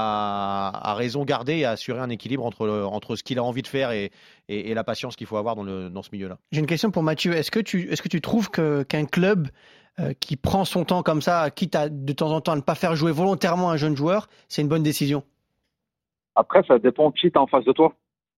à, à raison garder et à assurer un équilibre entre, le- entre ce qu'il a envie de faire et, et, et la patience qu'il faut avoir dans, le, dans ce milieu-là. J'ai une question pour Mathieu. Est-ce que tu, est-ce que tu trouves que, qu'un club euh, qui prend son temps comme ça, quitte à de temps en temps à ne pas faire jouer volontairement un jeune joueur, c'est une bonne décision? Après, ça dépend qui t'as en face de toi.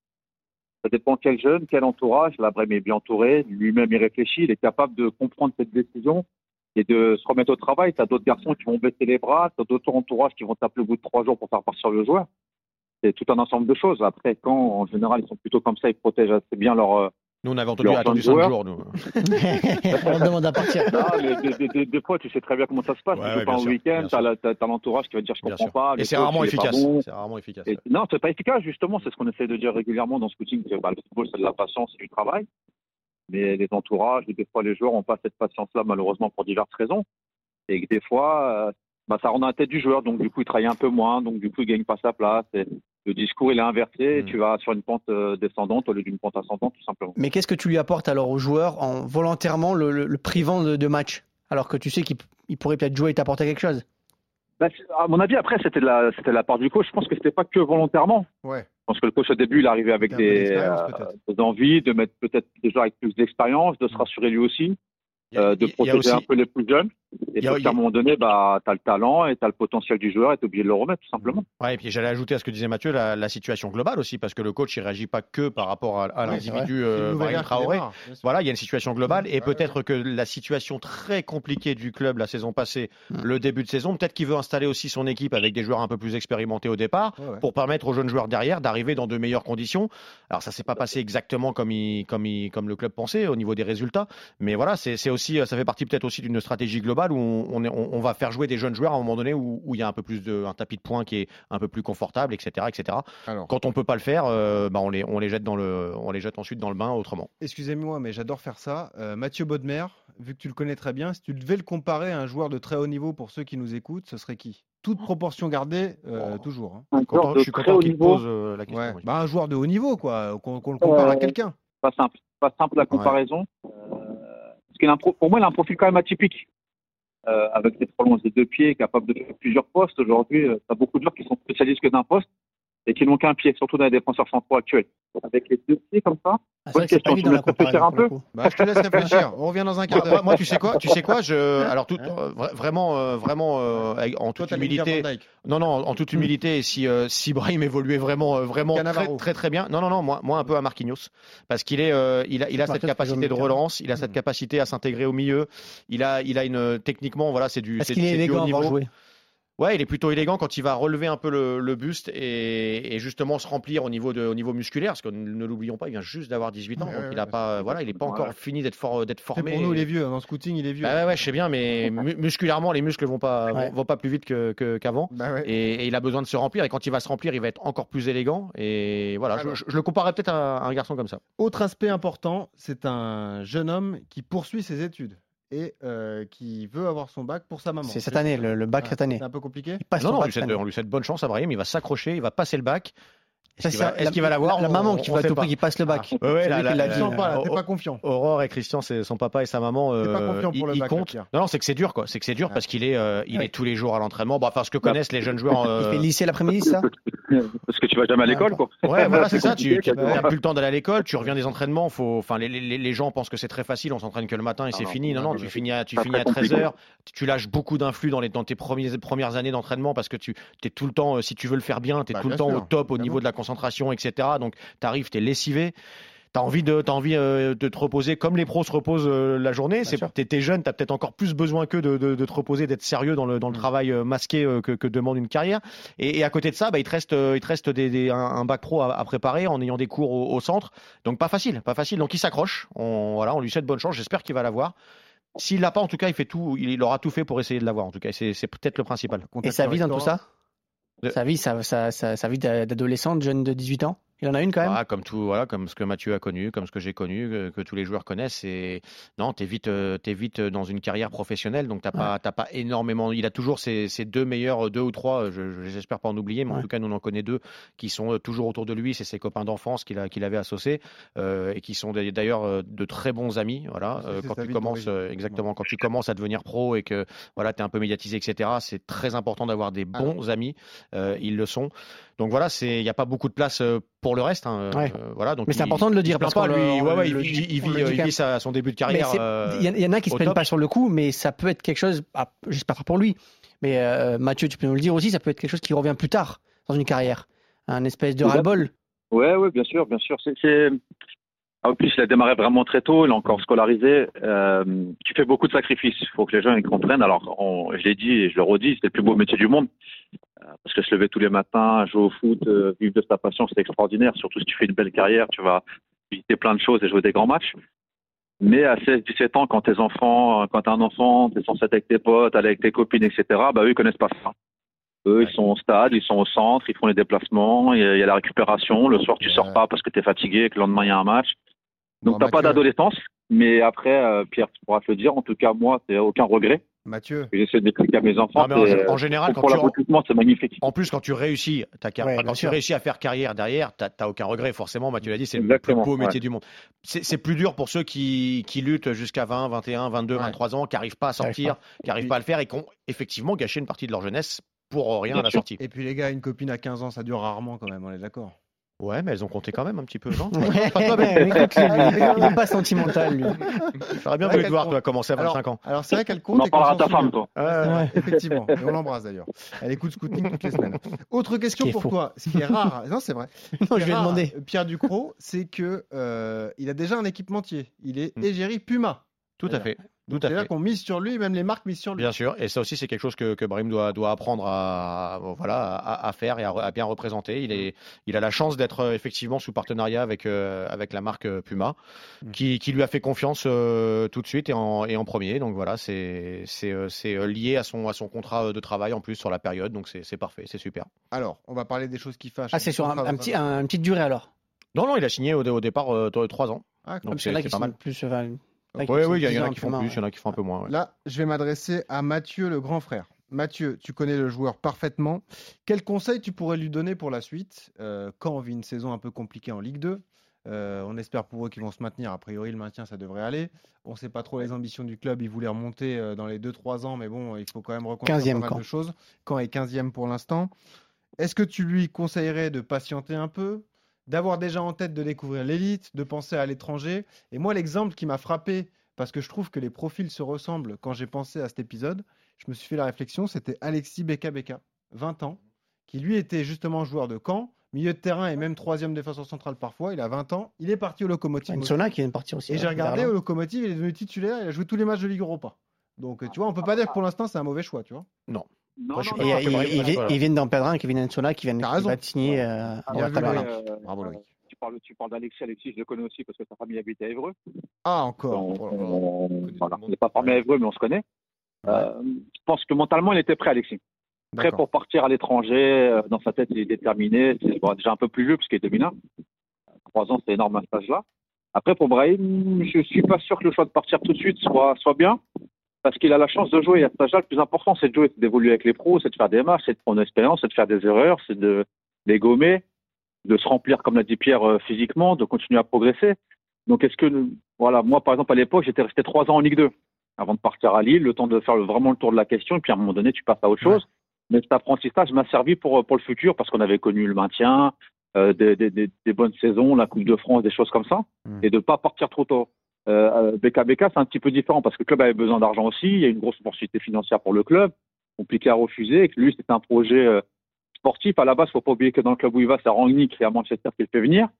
Ça dépend quel jeune, quel entourage. La Brême est bien entourée, lui-même il réfléchit, il est capable de comprendre cette décision et de se remettre au travail. Tu as d'autres garçons qui vont baisser les bras, tu as d'autres entourages qui vont t'appeler au bout de trois jours pour faire partir le joueur. C'est tout un ensemble de choses. Après, quand en général ils sont plutôt comme ça, ils protègent assez bien leur. Nous, on avait entendu, attendu cinq jours, nous. On demande à partir. Non, mais des, des, des, des fois, tu sais très bien comment ça se passe. Ouais, tu joues pas en week-end, tu as l'entourage qui va te dire je comprends sûr. pas. Et c'est rarement efficace. Bon. C'est rarement efficace. Et, non, c'est pas efficace, justement. C'est ce qu'on essaie de dire régulièrement dans ce coaching. C'est, bah, le football, c'est de la patience et du travail. Mais les entourages, et des fois, les joueurs n'ont pas cette patience-là, malheureusement, pour diverses raisons. Et que des fois, euh, bah, ça rend dans la tête du joueur. Donc, du coup, il travaille un peu moins. Donc, du coup, il gagne pas sa place. Et le discours, il est inversé. Et mmh. tu vas sur une pente euh, descendante au lieu d'une pente ascendante, tout simplement. Mais qu'est-ce que tu lui apportes alors aux joueurs en volontairement le, le, le privant de, de match, alors que tu sais qu'il il pourrait peut-être jouer et t'apporter quelque chose? Bah, à mon avis, après, c'était la, c'était la part du coach. Je pense que c'était pas que volontairement. Ouais. Je pense que le coach, au début, il arrivait avec des, euh, des envies de mettre peut-être des joueurs avec plus d'expérience, de se rassurer lui aussi, euh, de protéger aussi un peu les plus jeunes. Et puis, à un moment donné, bah, tu as le talent et tu as le potentiel du joueur et tu es obligé de le remettre, tout simplement. Ouais, et puis j'allais ajouter à ce que disait Mathieu, la, la situation globale aussi, parce que le coach, il ne réagit pas que par rapport à, à ouais, l'individu euh, Brahim Traoré. Voilà, il y a une situation globale et ouais, peut-être ouais. que la situation très compliquée du club la saison passée, mmh. le début de saison, peut-être qu'il veut installer aussi son équipe avec des joueurs un peu plus expérimentés au départ ouais, ouais. pour permettre aux jeunes joueurs derrière d'arriver dans de meilleures conditions. Alors ça ne s'est pas passé exactement comme, il, comme, il, comme le club pensait au niveau des résultats, mais voilà, c'est, c'est aussi, ça fait partie peut-être aussi d'une stratégie globale où on, on est on va faire jouer des jeunes joueurs à un moment donné où, où il y a un peu plus de un tapis de points qui est un peu plus confortable, et cetera, et cetera. Alors, quand on peut pas le faire, euh, bah on les on les jette dans le on les jette ensuite dans le bain autrement. Excusez-moi, mais j'adore faire ça. Euh, Mathieu Bodmer, vu que tu le connais très bien, si tu devais le comparer à un joueur de très haut niveau pour ceux qui nous écoutent, ce serait qui? Toute proportion gardée, euh, oh. toujours. Hein. Un content, je suis content qu'il pose euh, la question. Ouais. Bah, un joueur de haut niveau, quoi, qu'on, qu'on le compare euh, à quelqu'un. Pas simple, pas simple la comparaison. Ouais. Euh, parce qu'il a un pro, pour moi, il a un profil quand même atypique. Euh, avec des prolonges des deux pieds, capable de faire plusieurs postes. Aujourd'hui, euh, tu as beaucoup de joueurs qui sont spécialistes que d'un poste et qui n'ont qu'un pied, surtout dans les défenseurs centraux actuels. Avec les deux pieds comme ça, ah, bonne question. Tu me laisses réfléchir un peu bah, je te laisse réfléchir. On revient dans un quart d'heure. Moi, moi, tu sais quoi, tu sais quoi je... Alors, tout, euh, vraiment, euh, vraiment euh, en toute Toi, humilité. Non, non, en toute humilité, si, euh, si Brahim évoluait vraiment, euh, vraiment très, très, très bien. Non, non, non, moi, moi un peu à Marquinhos. Parce qu'il est, euh, il a, il a cette capacité de relance, il a cette capacité à s'intégrer au milieu. Il a, il a une, techniquement, voilà, c'est du, c'est, c'est du haut niveau. Jouer. Ouais, il est plutôt élégant quand il va relever un peu le, le buste et, et justement se remplir au niveau, de, au niveau musculaire, parce que ne l'oublions pas, il vient juste d'avoir dix-huit ans, ouais, donc ouais, il a ouais, pas, voilà, il est pas ouais. encore fini d'être, for, d'être formé. C'est pour nous, il est vieux, dans scouting, il est vieux. Bah ouais, ouais, je sais bien, mais mu- musculairement, les muscles vont pas, ouais. vont, vont pas plus vite que, que, qu'avant, bah ouais. et, et il a besoin de se remplir, et quand il va se remplir, il va être encore plus élégant, et voilà, Alors, je, je, je le comparerais peut-être à, à un garçon comme ça. Autre aspect important, c'est un jeune homme qui poursuit ses études. Et euh, qui veut avoir son bac pour sa maman. C'est cette année, le, le bac ah, cette année. C'est un peu compliqué. Non, non, on lui, souhaite, on lui souhaite bonne chance à Brahim, il va s'accrocher, il va passer le bac. Est-ce, qu'il va, est-ce la, qu'il va l'avoir? La, la maman qui va tout prix qui passe le bac. Ah, ouais, ouais, la, la, la, la, pas, là, t'es pas confiant. Aurore et Christian, c'est son papa et sa maman. T'es pas confiant pour ils, le bac. Comptent. Non, non, c'est que c'est dur, quoi. C'est que c'est dur ah. parce qu'il est, euh, il ouais. est tous les jours à l'entraînement. Bon, enfin, ce que connaissent les jeunes joueurs. Euh... Il fait lycée l'après-midi, ça? Parce que tu vas jamais à l'école, quoi. Ouais, voilà, c'est ça. Tu n'as plus le temps d'aller à l'école. Tu reviens des entraînements. Faut, enfin, les, les, les gens pensent que c'est très facile. On s'entraîne que le matin et c'est fini. Non, non, tu finis à, tu finis à treize heures. Tu lâches beaucoup d'influx dans les, dans tes premières années d'entraînement parce que tu es tout le temps, si tu veux le faire bien, tu es tout le temps au top au niveau de la concentration, et cetera. Donc, tu arrives, tu es lessivé. T'as envie de, t'as envie euh, de te reposer comme les pros se reposent euh, la journée. C'est, t'es, t'es jeune, t'as peut-être encore plus besoin que de, de, de te reposer, d'être sérieux dans le, dans le mmh. travail euh, masqué euh, que, que demande une carrière. Et, et à côté de ça, bah, il te reste, euh, il te reste des, des, un, un bac pro à, à préparer en ayant des cours au, au centre. Donc pas facile, pas facile. Donc il s'accroche. On, voilà, on lui souhaite bonne chance. J'espère qu'il va l'avoir. S'il l'a pas, en tout cas, il fait tout, il aura tout fait pour essayer de l'avoir. En tout cas, c'est, c'est peut-être le principal. Et sa vie dans tout ça? De... Sa vie, sa, sa, sa, sa vie d'adolescent, de jeune de dix-huit ans? Il y en a une quand même. Ah, comme tout, voilà, comme ce que Mathieu a connu, comme ce que j'ai connu, que, que tous les joueurs connaissent. Et non, t'es vite, euh, t'es vite dans une carrière professionnelle, donc t'as ouais. pas, t'as pas énormément. Il a toujours ses, ses deux meilleurs, deux ou trois. Je, je j'espère pas en oublier, mais ouais. en tout cas, nous on en connaît deux qui sont toujours autour de lui. C'est ses copains d'enfance qu'il a, qu'il avait associés euh, et qui sont d'ailleurs de très bons amis. Voilà, euh, quand tu commences, euh, exactement, quand tu commences à devenir pro et que voilà, t'es un peu médiatisé, et cetera. C'est très important d'avoir des bons ah. amis. Euh, ils le sont. Donc voilà, c'est, il n'y a pas beaucoup de place. Euh, pour le reste. Hein, ouais. euh, voilà, donc mais c'est il, important de le dire il parce pas, que lui, ouais, ouais, il, le, il, il, on vit, le il vit sa, son début de carrière. Il euh, y, y en a qui se prennent top. pas sur le coup, mais ça peut être quelque chose. Ah, j'espère pas pour lui, mais euh, Mathieu, tu peux nous le dire aussi, ça peut être quelque chose qui revient plus tard dans une carrière, un espèce de ras-le-bol. Ouais, ouais, bien sûr, bien sûr. C'est, c'est... En plus, il a démarré vraiment très tôt, il est encore scolarisé. Euh, tu fais beaucoup de sacrifices. Il faut que les gens ils comprennent. Alors, on, je l'ai dit et je le redis, c'est le plus beau métier du monde. Euh, parce que se lever tous les matins, jouer au foot, euh, vivre de ta passion, c'est extraordinaire. Surtout si tu fais une belle carrière, tu vas visiter plein de choses et jouer des grands matchs. Mais à seize dix-sept ans, quand tes enfants, quand t'as un enfant, t'es censé être avec tes potes, aller avec tes copines, et cetera, bah eux, ils connaissent pas ça. Eux, ils sont au stade, ils sont au centre, ils font les déplacements, il y a, il y a la récupération. Le soir, tu ouais. sors pas parce que t'es fatigué et que le lendemain, il y a un match. Donc, bon, t'as Mathieu, pas d'adolescence, mais après, euh, Pierre, tu pourras te le dire. En tout cas, moi, c'est aucun regret. Mathieu. J'essaie d'expliquer à mes enfants. Non, mais en, en général, pour quand pour tu c'est magnifique. En plus, quand tu réussis ta carrière, ouais, quand tu sûr. réussis à faire carrière derrière, t'as, t'as aucun regret. Forcément, Mathieu l'a dit, c'est Exactement, le plus beau métier ouais. du monde. C'est, c'est plus dur pour ceux qui, qui luttent jusqu'à vingt, vingt et un, vingt-deux, ouais. vingt-trois ans, qui n'arrivent pas à sortir, qui n'arrivent pas à le faire et qui ont effectivement gâché une partie de leur jeunesse pour rien Bien à la sûr. sortie. Et puis les gars, une copine à quinze ans, ça dure rarement quand même, on est d'accord. Ouais, mais elles ont compté quand même un petit peu, non? Ouais, pas toi, mais écoute, il n'est pas sentimental, lui. J'aurais bien voulu te voir, toi, commencer à vingt-cinq alors, ans. Alors, c'est vrai qu'elle compte. On en parlera à ta femme, toi. Euh, ouais. Effectivement. Et on l'embrasse d'ailleurs. Elle écoute Scouting toutes les semaines. Autre question pour faux. toi. Ce qui est rare. Non, c'est vrai. Non, je vais rare, demander. Pierre Ducrot, c'est que euh, il a déjà un équipementier. Il est égérie Puma. Tout à fait. Tout c'est là qu'on mise sur lui, même les marques misent sur lui. Bien sûr, et ça aussi c'est quelque chose que, que Brahim doit, doit apprendre à, voilà, à, à faire et à, à bien représenter. Il, est, il a la chance d'être effectivement sous partenariat avec, euh, avec la marque Puma, mmh. qui, qui lui a fait confiance euh, tout de suite et en, et en premier. Donc voilà, c'est, c'est, c'est lié à son, à son contrat de travail en plus sur la période, donc c'est, c'est parfait, c'est super. Alors, on va parler des choses qui fâchent. Ah, c'est sur un, un petit, un, une petite durée alors? Non, non, il a signé au, au départ euh, trois ans. Ah, donc c'est, c'est pas mal. Plus, enfin, oui, oui, il y en a qui font plus, il y en a qui font un peu moins. Ouais. Là, je vais m'adresser à Mathieu, le grand frère. Mathieu, tu connais le joueur parfaitement. Quel conseil tu pourrais lui donner pour la suite euh, quand on vit une saison un peu compliquée en Ligue deux? euh, On espère pour eux qu'ils vont se maintenir. A priori, le maintien, ça devrait aller. On ne sait pas trop les ambitions du club. Ils voulaient remonter euh, dans les deux trois ans, mais bon, il faut quand même reconstruire pas mal de choses. Caen est quinzième pour l'instant. Est-ce que tu lui conseillerais de patienter un peu, d'avoir déjà en tête de découvrir l'élite, de penser à l'étranger? Et moi, l'exemple qui m'a frappé, parce que je trouve que les profils se ressemblent quand j'ai pensé à cet épisode, je me suis fait la réflexion, c'était Alexis Beka Beka, vingt ans, qui lui était justement joueur de Caen, milieu de terrain et même troisième défenseur central parfois, il a vingt ans, il est parti au Lokomotiv. Nsona qui est parti aussi. Et j'ai regardé au Lokomotiv, il est devenu titulaire, il a joué tous les matchs de Ligue Europa. Donc tu vois, on peut pas dire que pour l'instant c'est un mauvais choix, tu vois. Non. Non, Moi, non, et, non, et, non, ils, voilà. ils viennent d'en perdre un, Kevin Nsona, qui vient de signer euh, ah, à Talana. Euh, Bravo Loïc. Tu parles, tu parles d'Alexis, Alexis, je le connais aussi parce que sa famille habite à Évreux. Ah, encore. On, on, on, voilà. on n'est pas formé à Évreux, mais on se connaît. Ouais. Euh, je pense que mentalement, il était prêt, Alexis. Prêt D'accord. pour partir à l'étranger. Dans sa tête, il est déterminé. C'est bon, déjà un peu plus vieux, puisqu'il est deux mille un. Trois ans, c'est énorme à cet âge-là. Après, pour Brahim, je ne suis pas sûr que le choix de partir tout de suite soit, soit bien. Parce qu'il a la chance de jouer. À cet âge-là, le plus important, c'est de jouer, c'est d'évoluer avec les pros, c'est de faire des matchs, c'est de prendre l'expérience, c'est de faire des erreurs, c'est de les gommer, de se remplir, comme l'a dit Pierre, euh, physiquement, de continuer à progresser. Donc, est-ce que, voilà, moi, par exemple, à l'époque, j'étais resté trois ans en Ligue deux avant de partir à Lille, le temps de faire le, vraiment le tour de la question. Et puis, à un moment donné, tu passes à autre chose. Ouais. Mais cet apprentissage m'a servi pour, pour le futur parce qu'on avait connu le maintien, euh, des, des, des, des bonnes saisons, la Coupe de France, des choses comme ça, mmh. et de ne pas partir trop tôt. Euh, Beka Beka, c'est un petit peu différent parce que le club avait besoin d'argent aussi. Il y a une grosse opportunité financière pour le club, compliqué à refuser. Et que lui, c'était un projet euh, sportif. À la base, il ne faut pas oublier que dans le club où il va, c'est Rangnick et à Manchester qu'il fait venir.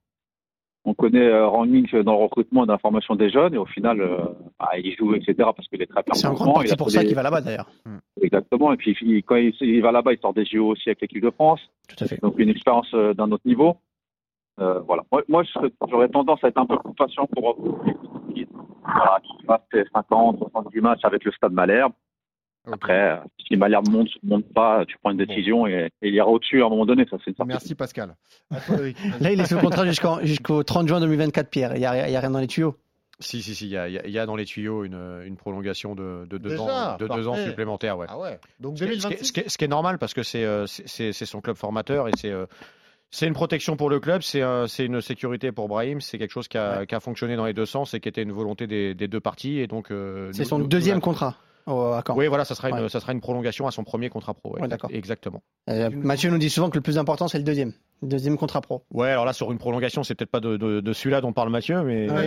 On connaît euh, Rangnick dans le recrutement et dans la formation des jeunes. Et au final, euh, bah, il joue, et cetera. Parce qu'il est très performant. C'est en grande partie pour ça des... qu'il va là-bas d'ailleurs. Exactement. Et puis il, quand il, il va là-bas, il sort des J O aussi avec l'équipe de France. Tout à fait. Donc une expérience euh, d'un autre niveau. Euh, voilà. Moi, moi j'aurais tendance à être un peu plus patient pour qui, voilà, qui fasse cinquante, soixante-dix matchs avec le Stade Malherbe. Okay. Après, si Malherbe monte, ne monte pas, tu prends une décision bon. et, et il ira au-dessus à un moment donné. Ça, c'est une Merci Pascal. Toi, là, il est sous contrat jusqu'en, jusqu'au trente juin deux mille vingt-quatre, Pierre. Il n'y a, a rien dans les tuyaux. Si, si, si, il y a, il y a dans les tuyaux une, une prolongation de, de, deux, ans, de deux ans supplémentaires. Ouais. Ah ouais. Donc deux mille vingt-six. Ce qui est, ce qui est normal parce que c'est, c'est, c'est son club formateur et c'est. C'est une protection pour le club, c'est, un, c'est une sécurité pour Brahim, c'est quelque chose qui a, ouais. qui a fonctionné dans les deux sens et qui était une volonté des, des deux parties. Et donc, euh, c'est nous, son nous, deuxième nous, contrat au, à Caen. Oui, voilà, ça sera, ouais. une, ça sera une prolongation à son premier contrat pro. Ouais, ouais, d'accord. Exactement. Euh, Mathieu nous dit souvent que le plus important, c'est le deuxième. Deuxième contrat pro. Ouais, alors là, sur une prolongation, c'est peut-être pas de, de, de celui-là dont parle Mathieu, mais, Ouais.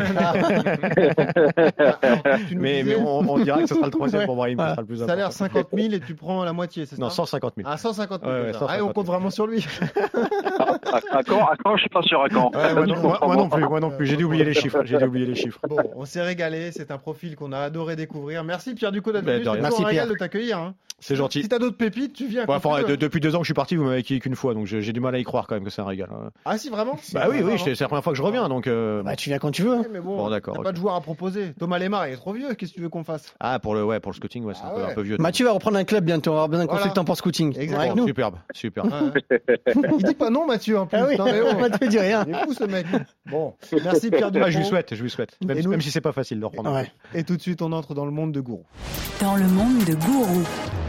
Tu nous mais, disais- mais on, on dira que ce sera le troisième Ouais. pour Brahim, ce Ah, sera le plus Salaire important. cinquante mille et tu prends la moitié, c'est ça Non, cent cinquante mille. Ah, cent cinquante mille. Ouais, ouais, déjà. cent cinquante Ah, on mille. compte vraiment sur lui. À, à quand, à quand, je suis pas sûr à quand. Ouais, moi, non, moi- moi non plus, moi non plus. J'ai dû oublier les chiffres. J'ai dû oublier les chiffres. Bon, on s'est régalé. C'est un profil qu'on a adoré découvrir. Merci Pierre Ducot d'être Ben, venu. de C'est rien. toujours un Merci, régal Pierre. de t'accueillir. Hein. C'est gentil. Si t'as d'autres pépites, tu viens. Ouais, quand enfin, tu veux. de- depuis deux ans que je suis parti, vous m'avez accueilli qu'une fois, donc j'ai j'ai du mal à y croire quand même que c'est un régal. hein. Ah si, vraiment Bah oui, oui, c'est c'est la première fois que je reviens, donc. euh, Bah, tu viens quand tu veux. Ouais, mais bon, Bon, d'accord, t'as ok. pas de joueur à proposer. Thomas Lemar, il est trop vieux. Qu'est-ce que tu veux qu'on fasse Ah, pour le, ouais, pour le scouting, ouais, c'est Ah un, peu, ouais. un peu vieux. Mathieu va reprendre un club bientôt. On aura besoin d'un Voilà. consultant pour scouting. Exactement. Avec nous. Superbe, superbe. Ouais. Il dit pas non, Mathieu, en plus. Ah oui, Non, mais oh. Mathieu dit rien. Il est fou ce mec. Bon, merci Pierre Ducot. Ah, je lui souhaite, je lui souhaite. Même, Et si- nous- même si c'est pas facile de reprendre. un Ouais. club. Et tout de suite, on entre dans le monde de Gourou. Dans le monde de Gourou.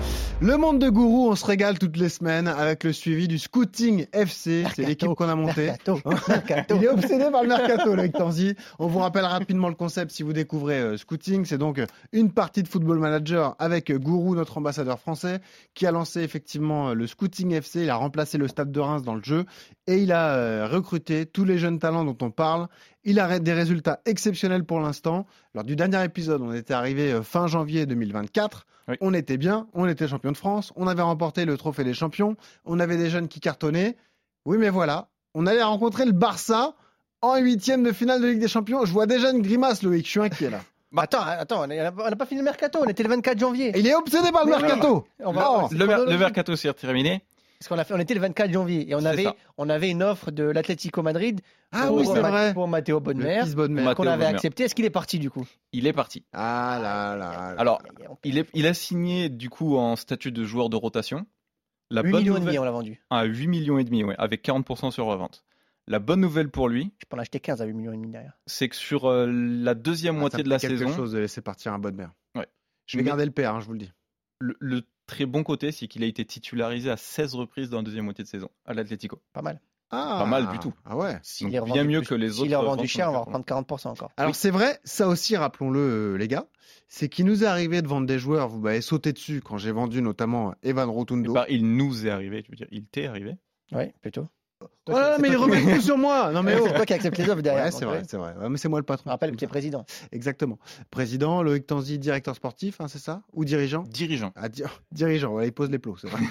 Le monde de Gourou, on se régale toutes les semaines avec le suivi du Scouting F C. C'est l'équipe qu'on a montée. Mercato. Mercato. Il est obsédé par le mercato, Loïc Tanzi. On vous rappelle rapidement le concept si vous découvrez euh, Scouting. C'est donc une partie de Football Manager avec euh, Gourou, notre ambassadeur français, qui a lancé effectivement euh, le Scouting F C. Il a remplacé le Stade de Reims dans le jeu et il a euh, recruté tous les jeunes talents dont on parle. Il a des résultats exceptionnels pour l'instant. Lors du dernier épisode, on était arrivé euh, fin janvier deux mille vingt-quatre. Oui. On était bien, on était champion de France, on avait remporté le trophée des champions, on avait des jeunes qui cartonnaient. Oui, mais voilà, on allait rencontrer le Barça en huitième de finale de Ligue des Champions. Je vois déjà une grimace, Loïc, je suis inquiet là. Attends, attends, on n'a pas fini le mercato. On était le vingt-quatre janvier. Et il est obsédé par le Mais mercato. On va- Oh. c'est Le, mer- le chronologique. mercato c'est terminé. Parce qu'on a fait, on était le vingt-quatre janvier et on C'est avait, ça. on avait une offre de l'Atlético Madrid Ah pour, oui, c'est Ma- vrai. pour Matteo Bonnemer Le fils Bonnemer. Matteo qu'on avait Bonnemer. accepté. Est-ce qu'il est parti du coup? Il est parti. Ah là là. là. Alors, il, est, il a signé du coup en statut de joueur de rotation. La huit bonne millions et nouvelle- demi, on l'a vendu. à huit millions et demi, ouais, avec quarante pour cent sur revente. La bonne nouvelle pour lui, Je peux en acheter quinze à huit millions et demi derrière. c'est que sur euh, la deuxième Ah, moitié ça de la me fait quelque saison, chose de laisser partir un Bonnemer. Ouais. Je vais Mais- garder le père, hein, je vous le dis. le, le très bon côté, c'est qu'il a été titularisé à seize reprises dans la deuxième moitié de saison à l'Atlético. Pas mal. Ah, Pas mal du tout. Ah ouais. S'il Donc est bien revendu mieux plus- que les S'il autres est revendu ventes cher, on va qu'on fait. reprendre quarante pour cent encore. Alors Oui. c'est vrai, ça aussi, rappelons-le, euh, les gars, c'est qu'il nous est arrivé de vendre des joueurs, vous m'avez sauté dessus quand j'ai vendu notamment Evan Mais Rotundo. pas, il nous est arrivé, tu veux dire, il t'est arrivé. Oui, plutôt. Oh là là, mais il remet tout sur moi. Non mais oh. C'est toi qui accepte les offres derrière. Ouais, donc, c'est vrai, ouais. c'est vrai. Ouais, mais c'est moi le patron. Je rappelle que tu es président. Exactement. Président, Loïc Tanzi, directeur sportif, hein, c'est ça? Ou dirigeant? Dirigeant. Ah, di- dirigeant, voilà, il pose les plots, c'est vrai.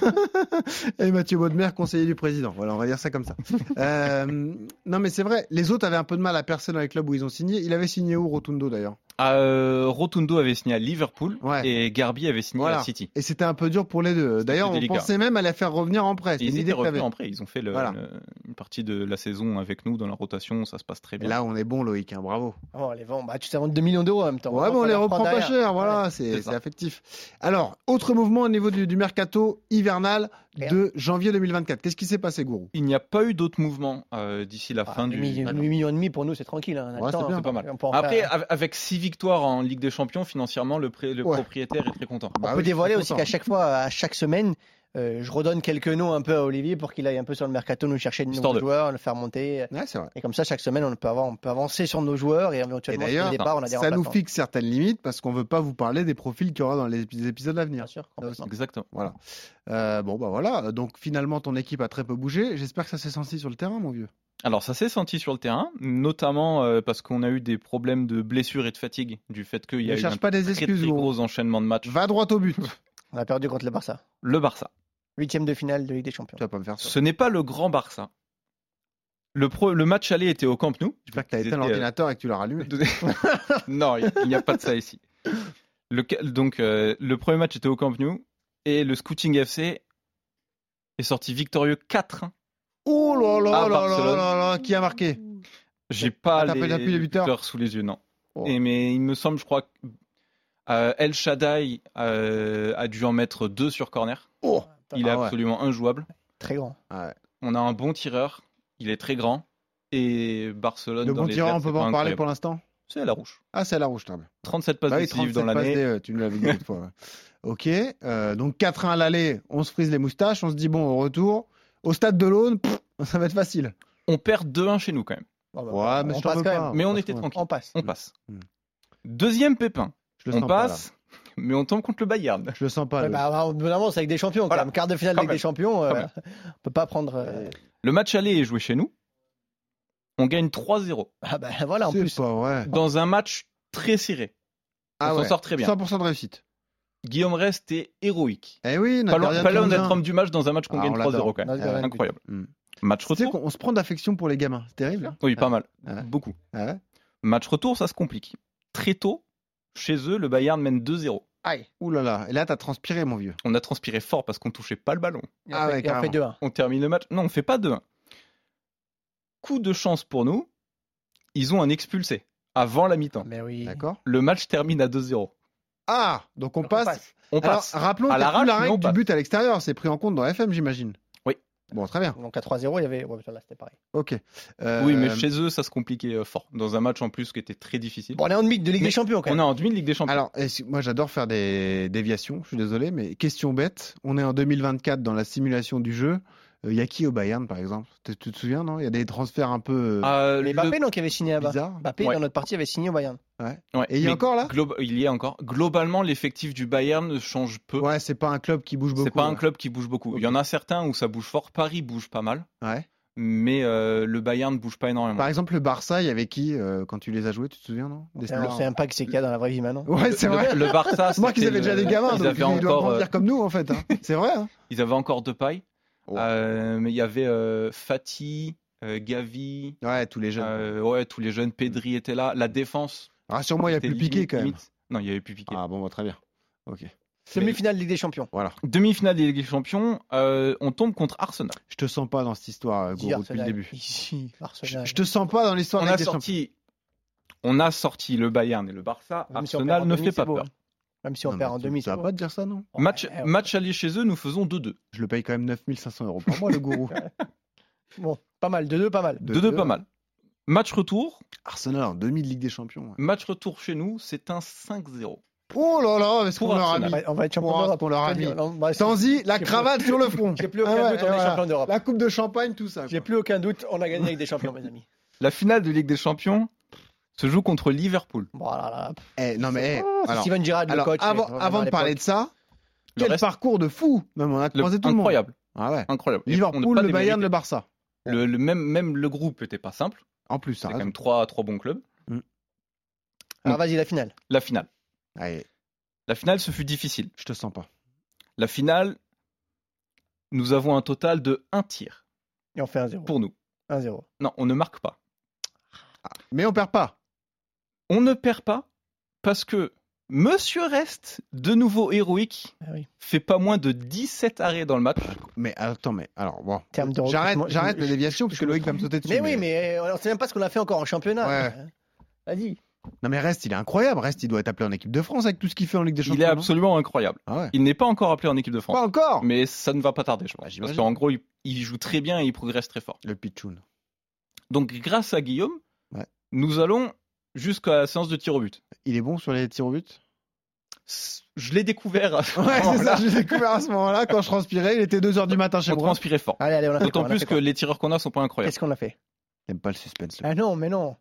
Et Mathieu Baudemer, conseiller du président. Voilà, on va dire ça comme ça. Euh, non, mais c'est vrai, les autres avaient un peu de mal à percer dans les clubs où ils ont signé. Il avait signé où, Rotundo, d'ailleurs? Euh, Rotundo avait signé à Liverpool Ouais. et Garbi avait signé Voilà. à City. Et c'était un peu dur pour les deux. D'ailleurs, on délicat. pensait même à les faire revenir en prêt. C'est Et une ils idée étaient que t'avais. revenus en prêt. Ils ont fait le- Voilà. le- une partie de la saison avec nous dans la rotation. Ça se passe très Et bien. là, on est bon, Loïc, hein, bravo. Oh, les ventes, bah, tu sais vendre deux millions d'euros en même temps. Ouais, mais on Faut les les reprend reprendre pas derrière. cher, voilà, Ouais. c'est c'est ça. c'est affectif. Alors, autre mouvement au niveau du, du mercato hivernal Rien. de janvier deux mille vingt-quatre. Qu'est-ce qui s'est passé, Gourou? Il n'y a pas eu d'autres mouvements euh, d'ici la Ah, fin huit du. millions- huit millions et demi pour nous, c'est tranquille. hein, on a le Ouais, temps, c'est bien, hein. c'est pas mal. On peut en Après, faire- av- avec six victoires en Ligue des Champions, financièrement, le, pré- le Ouais. propriétaire est très content. Bah on peut oui, dévoiler je suis aussi content. qu'à chaque fois, à chaque semaine, euh, je redonne quelques noms un peu à Olivier pour qu'il aille un peu sur le mercato nous chercher de Histoire nouveaux de- joueurs, le faire monter. Ouais, c'est vrai. Et comme ça, chaque semaine, on peut, avoir, on peut avancer sur nos joueurs et Et éventuellement, d'ailleurs, sur le départ, on a des ça nous remplaçants. fixe certaines limites parce qu'on veut pas vous parler des profils qu'il y aura dans les épis- épisodes à venir. Bien sûr, complètement. Exactement. Voilà. Euh, bon, bah voilà. Donc finalement, ton équipe a très peu bougé. J'espère que ça s'est senti sur le terrain, mon vieux. Alors, ça s'est senti sur le terrain, notamment euh, parce qu'on a eu des problèmes de blessures et de fatigue du fait qu'il y Ne a eu cherche un pas des très, excuses, très Gourou. gros enchaînement de matchs. Va droit au but. On a perdu contre le Barça. Le Barça. Huitième de finale de Ligue des Champions. Tu vas pas me faire ça. Ce n'est pas le grand Barça. Le, pro- le match aller était au Camp Nou. J'espère que tu as Ils éteint étaient, euh, l'ordinateur et que tu l'as rallumé. non, il il n'y a pas de ça ici. Le, ca- donc, euh, le premier match était au Camp Nou et le Scouting F C est sorti victorieux quatre un. Oh là là À là là Barcelone. là là, qui a marqué? J'ai pas Ah, t'as les, pas- t'as plus les buteurs sous les yeux, non. Oh. Et, mais il me semble, je crois, que euh, El Shaddai euh, a dû en mettre deux sur corner. Oh. Il est Ah ouais. absolument injouable. Très grand. Ouais. On a un bon tireur, il est très grand. Et Barcelone, Le dans bon les tireur, airs, on peut c'est pas en parler incroyable. pour l'instant? C'est à la rouge. Ah, c'est à la rouge, très bien. trente-sept passes Bah oui, décisives trente-sept dans passes l'année. D, euh, tu nous l'avais dit l'autre fois. Ouais. Ok, euh, donc quatre un à l'aller, on se frise les moustaches, on se dit bon, au retour, au stade de l'Aune, pff, ça va être facile. On perd deux un chez nous quand même. Bon, bah, Ouais, mais on je t'en passe veux quand pas. même. Mais on passe était quand même. tranquille. On passe. On passe. Hmm. Deuxième pépin. Je le On sens pas, là. passe, mais on tombe contre le Bayern. Je le sens pas. Ouais, le- bah, au bout d'un moment, c'est avec des champions. Voilà. Quand même. Quart de finale Quand avec même. des champions, euh, Quand même. on peut pas prendre. euh, Le match aller est joué chez nous. On gagne trois zéro. Ah bah voilà, en C'est plus. pas vrai. Dans un match très serré. On Ah s'en ouais. sort très bien. cent pour cent de réussite. Guillaume Rest est héroïque. Eh oui, Pas loin, Napoléon pas loin Toulousain. d'être homme du match dans un match qu'on Ah, gagne on trois zéro l'adore. quand même. Notre gardien de but. Incroyable. Hmm. Match Tu sais retour. qu'on on se prend d'affection pour les gamins. C'est terrible. hein. Oui, pas mal. Ah ouais. Beaucoup. Ah ouais. Match retour, ça se complique. Très tôt, chez eux, le Bayern mène deux zéro. Aïe. Ouh là là. Et là, t'as transpiré, mon vieux. On a transpiré fort parce qu'on touchait pas le ballon. Et on Ah fait- ouais, et on fait carrément. deux un. On termine le match. Non, on fait pas deux un. Coup de chance pour nous. Ils ont un expulsé avant la mi-temps. Mais oui. D'accord. Le match termine à deux zéro. Ah, donc on Donc, passe. On Alors, passe. rappelons À qu'il y a l'arrache, plus la mais règle on du passe. but à l'extérieur. C'est pris en compte dans la F M, j'imagine. Oui. Bon, très bien. Donc à trois zéro, il y avait. Ouais, là, c'était pareil. Ok. Euh, Oui, mais chez eux, ça se compliquait euh, fort. Dans un match en plus qui était très difficile. Bon, on est en demi de Ligue Mais des Champions quand On même. est en demi de Ligue des Champions. Alors, est-ce- moi, j'adore faire des déviations. Je suis désolé, mais question bête. On est en deux mille vingt-quatre dans la simulation du jeu. Il y a qui au Bayern, par exemple? Tu tu te souviens, non? Il y a des transferts un peu euh, Euh, Mais le- Mbappé, non, qui avait signé là-bas. bizarres. Mbappé, Ouais. dans notre partie, avait signé au Bayern. Ouais. Et il y a Mais encore là? globa- Il y a encore. Globalement, l'effectif du Bayern change peu. Ouais, c'est pas un club qui bouge beaucoup. C'est pas un ouais. club qui bouge beaucoup. Ok. Il y en a certains où ça bouge fort. Paris bouge pas mal, Ouais. mais euh, le Bayern ne bouge pas énormément. Par exemple, le Barça, il y avait qui euh, quand tu les as joués? Tu te souviens, non? Des On stars. sait même pas que c'est qu'il y a dans la vraie vie maintenant. Ouais, c'est vrai. Le, le Barça, C'est moi qu'ils c'était avaient déjà le- des gamins, ils donc avaient ils doivent encore, euh, grandir comme nous, en fait. hein. C'est vrai. Hein. ils avaient encore Depay. Oh. Euh, mais il y avait euh, Fati, euh, Gavi, Ouais, tous les jeunes. euh, ouais, tous les jeunes. Pedri était là. La défense. Rassure-moi, il y a était plus piqué limite- quand même. limite. Non, il y avait plus piqué. Ah bon, bah, très bien. Ok. Semi-finale Ligue des Champions. Voilà. Demi-finale des Ligue des Champions, euh, on tombe contre Arsenal. Je te sens pas dans cette histoire, euh, Dis Gourou, depuis le Arsenal. début. Ici, Je, Arsenal. je te sens pas dans l'histoire On de la a Ligue des Champions. sorti, on a sorti le Bayern et le Barça. Même si on Arsenal perd en ne demi, fait c'est pas beau, peur. hein. Même si on Non, perd mais en tu- demi, Tu c'est vas beau. pas te dire ça, non? Match, Ouais, ouais. match aller chez eux, nous faisons deux deux. Je le paye quand même neuf mille cinq cents euros par mois, le Gourou. Bon, pas mal. deux deux, pas mal. deux deux pas mal. Match retour, Arsenal en demi de Ligue des Champions. ouais. match retour chez nous, c'est un cinq zéro. Oh là là, est-ce Pour qu'on leur a Arsenal. mis On va- On va être champion Pour d'Europe. qu'on leur a mis. Non, bah, c'est- Tanzi, la j'ai plus- cravate sur le front. J'ai plus aucun Ah ouais, doute, on est voilà. champion d'Europe. La coupe de champagne, tout ça. J'ai quoi. plus aucun doute, on a gagné avec des champions, mes amis. La finale de Ligue des Champions se joue contre Liverpool. Bon, là, là, Eh, non mais, eh, c'est alors, Steven Gerrard, le alors, coach. avant, vraiment, avant à de parler l'époque. de ça, Le quel reste- parcours de fou. Non, mais on a Le- croisé tout le monde. incroyable, Ah ouais. incroyable. Et on Liverpool, n'a pas le Bayern, démérité. le Barça. Le, le même, même le groupe était pas simple. En plus, C'est ça. quand même trois, trois bons clubs. Alors vas-y, la finale. La finale. Allez, La finale, ce fut difficile. je te sens pas. La finale, nous avons un total de un tir Et on fait un zéro. pour nous. un zéro. Non, on ne marque pas. Mais on perd pas. On ne perd pas parce que Monsieur Rest, de nouveau héroïque, Ah oui. fait pas moins de dix-sept arrêts dans le match. Mais attends, mais alors bon. Terme de J'arrête, recrutement, j'arrête je- les déviations parce je que me Loïc va me trompe. sauter dessus. Mais oui, mais euh, on sait même pas ce qu'on a fait encore en championnat. Ouais. Hein. Vas-y. Non mais Rest, il est incroyable. Rest, il doit être appelé en équipe de France avec tout ce qu'il fait en Ligue des Champions. Il est non absolument incroyable. Ah ouais. Il n'est pas encore appelé en équipe de France. Pas encore. Mais ça ne va pas tarder, je pense. Bah, Parce j'imagine. qu'en gros, il, il joue très bien et il progresse très fort. Le pitchoun. Donc, grâce à Guillaume, Ouais. nous allons jusqu'à la séance de tir au but. Il est bon sur les tirs au but. Je l'ai découvert. à ce Ouais, c'est moment-là. ça. J'ai découvert à ce moment-là quand je transpirais. Il était deux heures du matin chez On moi. transpirait fort. Allez, allez, on a fait quoi, D'autant on a plus fait que quoi les tireurs qu'on a sont pas incroyables. Qu'est-ce qu'on a fait? J'aime pas le suspense. le Ah non, mais non.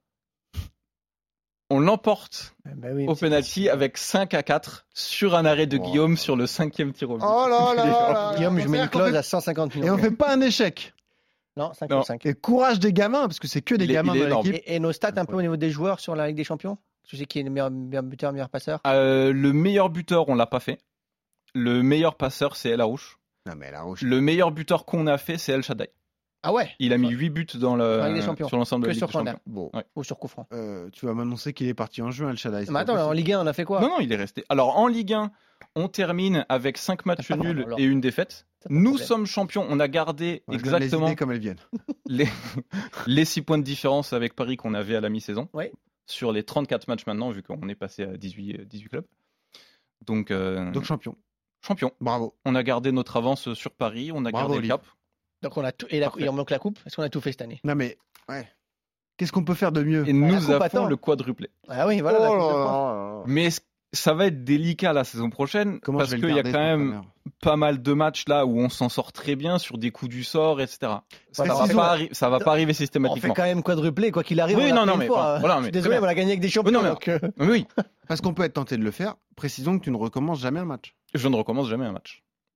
On l'emporte Eh ben oui, au c'est- penalty avec cinq à quatre sur un arrêt de Oh. Guillaume sur le cinquième tir au but. Oh là là là là. Guillaume, je mets une C'est-à-dire qu'on clause fait- à cent cinquante millions. Et on fait pas un échec. Non, cinq Non. ou cinq. Et courage des gamins, parce que c'est que des Il est- gamins il est dans énorme. l'équipe. Et, et nos stats un peu au niveau des joueurs sur la Ligue des Champions? Tu sais qui est le meilleur, meilleur buteur, meilleur passeur? Euh, le meilleur buteur, on l'a pas fait. Le meilleur passeur, c'est El Arouche. Non mais la Roche. Le meilleur buteur qu'on a fait, c'est El Shaddai. Ah ouais? Il a mis huit buts dans le, Dans la Ligue des Champions. sur l'ensemble de Que la Ligue sur des corner. Champions. Bon, Ouais. Ou sur coup franc? euh, tu vas m'annoncer qu'il est parti en juin, El Shaddai. c'est Mais pas attends, en possible. Ligue un, on a fait quoi? Non, non, il est resté. Alors en Ligue un, on termine avec cinq matchs Ah, pardon, nuls alors. et une défaite. Ça, pas de Nous problème. sommes champions. On a gardé Moi, je donne les exactement idées comme elles viennent. les, les six points de différence avec Paris qu'on avait à la mi-saison. Oui. Sur les trente-quatre matchs maintenant, vu qu'on est passé à dix-huit, euh, dix-huit clubs. Donc, euh, Donc champion. champion. Bravo. On a gardé notre avance sur Paris, on a Bravo, gardé le Olive. cap. Donc on a tout. Et, la... Parfait. et on manque la coupe? Est-ce qu'on a tout fait cette année? Non mais, ouais. Qu'est-ce qu'on peut faire de mieux? Et la nous coupe avons attend. le quadruplé. Ah oui, voilà. la Oh Coupe de là France. là là. Mais c- ça va être délicat la saison prochaine Comment parce je vais qu'il le y a garder, quand cet même entraîneur pas mal de matchs là où on s'en sort très bien sur des coups du sort, et cetera. Ça va Précisons- pas, arri- ça va pas arriver On fait systématiquement. quand même quadruplé, quoi qu'il arrive. Oui, on l'a non, fait non, une mais fois. enfin, voilà, Je mais suis très désolé, bien. on a gagné avec des champions. non, mais- donc, euh, Oui, Parce qu'on peut être tenté de le faire. Précisons que tu ne recommences jamais un match. je ne recommence jamais un match.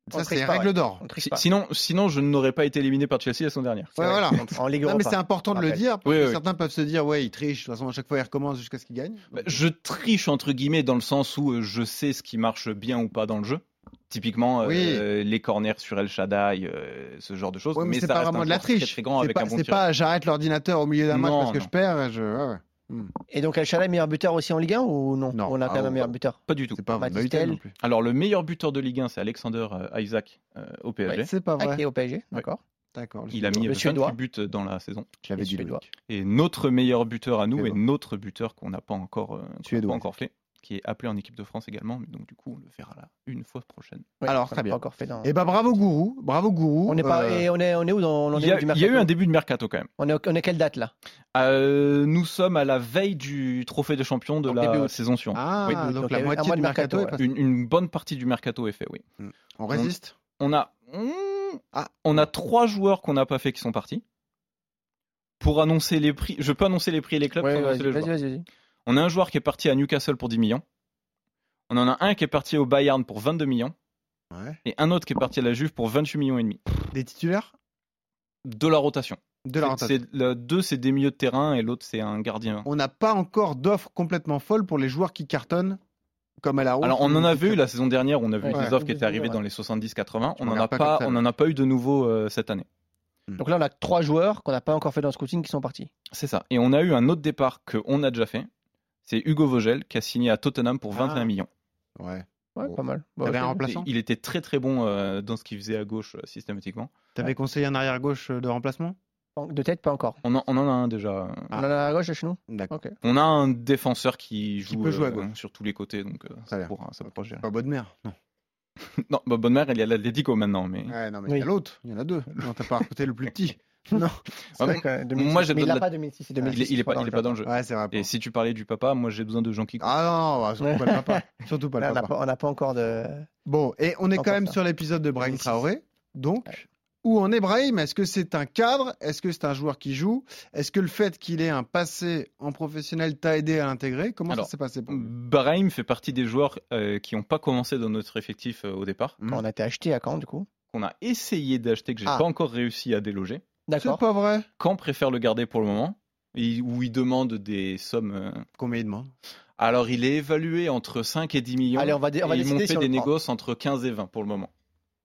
Ça, On c'est triche les pas, règles ouais. d'or. On triche Si- pas. Sinon, sinon, je n'aurais pas été éliminé par Chelsea la saison dernière. Ouais, voilà. En Ligue Non, mais Europa. c'est important de le Rappel. dire, parce Oui, que oui. certains peuvent se dire, ouais, il triche, de toute façon, à chaque fois, il recommence jusqu'à ce qu'il gagne. Bah, je triche entre guillemets dans le sens où euh, je sais ce qui marche bien ou pas dans le jeu. Typiquement, Oui. euh, les corners sur El Shaddai, euh, ce genre de choses. Ouais, mais, c'est ça pas reste vraiment un de la joueur très, triche. très grand C'est avec pas, un bon c'est tireur. pas j'arrête l'ordinateur au milieu d'un match Non, parce que non. je perds. et Je... ouais, ouais. Hmm. Et donc El Shaddai meilleur buteur aussi en Ligue un ou non, Non. On a quand Ah, même un oh, meilleur oh. buteur. Pas du tout. C'est pas Baptiste Neutel Tel. non plus. Alors, le meilleur buteur de Ligue un, c'est Alexander euh, Isaac euh, au P S G. Ouais, C'est pas Ah, vrai. qui est au P S G, d'accord. D'accord. Il a mis Le vingt-huit Suédois. buts dans la saison. Je l'avais Et dit. Suédois. Loïc. Et notre meilleur buteur à nous Suédois. est notre buteur qu'on n'a pas encore, euh, qu'on n'a Suédois. pas encore fait, qui est appelé en équipe de France également. Mais donc, du coup, on le verra là une fois prochaine. Ouais, Alors, on très l'a bien. pas encore fait dans... Eh ben bravo Gourou, bravo Gourou. On est pas Euh, et on est on est où dans on en Il est y, où a, du il y a mercato eu un début de mercato quand même. On est on est quelle date là? Euh, nous sommes à la veille du trophée de champion de Donc, la début août. saison suivante. Ah, Oui. donc donc la il y a eu un moitié mois du de mercato, mercato est ouais. passé. Une, une bonne partie du mercato est fait, oui. On résiste. On a, Ah. on a trois joueurs qu'on n'a pas fait qui sont partis. Pour annoncer les prix, je peux annoncer les prix et les clubs. Ouais, sans annoncer vas-y, les vas-y, joueurs. vas-y, vas-y. On a un joueur qui est parti à Newcastle pour dix millions. On en a un qui est parti au Bayern pour vingt-deux millions. Ouais. Et un autre qui est parti à la Juve pour vingt-huit millions et demi. Des titulaires De la rotation. de la C'est- rotation. c'est- le- deux, c'est des milieux de terrain et l'autre, c'est un gardien. On n'a pas encore d'offres complètement folles pour les joueurs qui cartonnent comme à la roue. Alors, on en a vu la saison dernière, on a vu Ouais. des offres qui Ouais. étaient arrivées Ouais. dans les soixante-dix quatre-vingts. Tu On n'en a regardes pas pas, comme ça, on en a pas eu de nouveau euh, cette année. Donc là on a trois joueurs qu'on n'a pas encore fait dans le scouting qui sont partis. C'est ça. Et on a eu un autre départ qu'on a déjà fait. C'est Hugo Vogel qui a signé à Tottenham pour vingt et un Ah. millions. Ouais. Ouais, Bon. pas mal. Bon, T'avais ok. un remplaçant Il était très très bon euh, dans ce qu'il faisait à gauche euh, systématiquement. T'avais conseillé un arrière gauche de remplacement De tête pas encore. On en, on en a un déjà. Ah. On en a à gauche chez nous. D'accord. Ok. On a un défenseur qui joue peut jouer à euh, gauche. sur tous les côtés, donc euh, Très ça bien. pourra, ça pourra gérer. Pas bonne mère. Non. Non, bah, bonne mère, il y a l'Atlético maintenant, mais Ouais, non, mais Oui. il y a l'autre. Il y en a deux. Non, t'as pas recruté le plus petit. Non. C'est Ah, vrai bon, que deux mille six, moi, j'ai mais il besoin l'a de- pas deux mille six, c'est deux mille six. il, est, il est pas, dans il est le pas dans le jeu. Ouais, c'est vrai. Et si tu parlais du papa, moi j'ai besoin de gens qui. Ah non, bah, surtout pas le papa. Surtout pas Là, le on n'a papa. pas, on n'a pas encore de. Bon, et on est Encore quand même ça. sur l'épisode de Brahim deux mille six. Traoré. Donc, Ouais. où en est Brahim? Est-ce que c'est un cadre? Est-ce que c'est un joueur qui joue? Est-ce que le fait qu'il ait un passé en professionnel t'a aidé à l'intégrer? Comment Alors, ça s'est passé pour lui? Brahim fait partie des joueurs euh, qui n'ont pas commencé dans notre effectif euh, au départ, Hmm. On a été acheté à Caen du coup. qu'on a essayé d'acheter, que j'ai Ah. pas encore réussi à déloger. C'est D'accord. pas vrai. Caen préfère le garder pour le moment, et où il demande des sommes. euh, Combien il demande? Alors, il est évalué entre cinq et dix millions. Allez, on va, dé- on va et ils décider m'ont si fait on des le prend. négoces entre quinze et vingt pour le moment.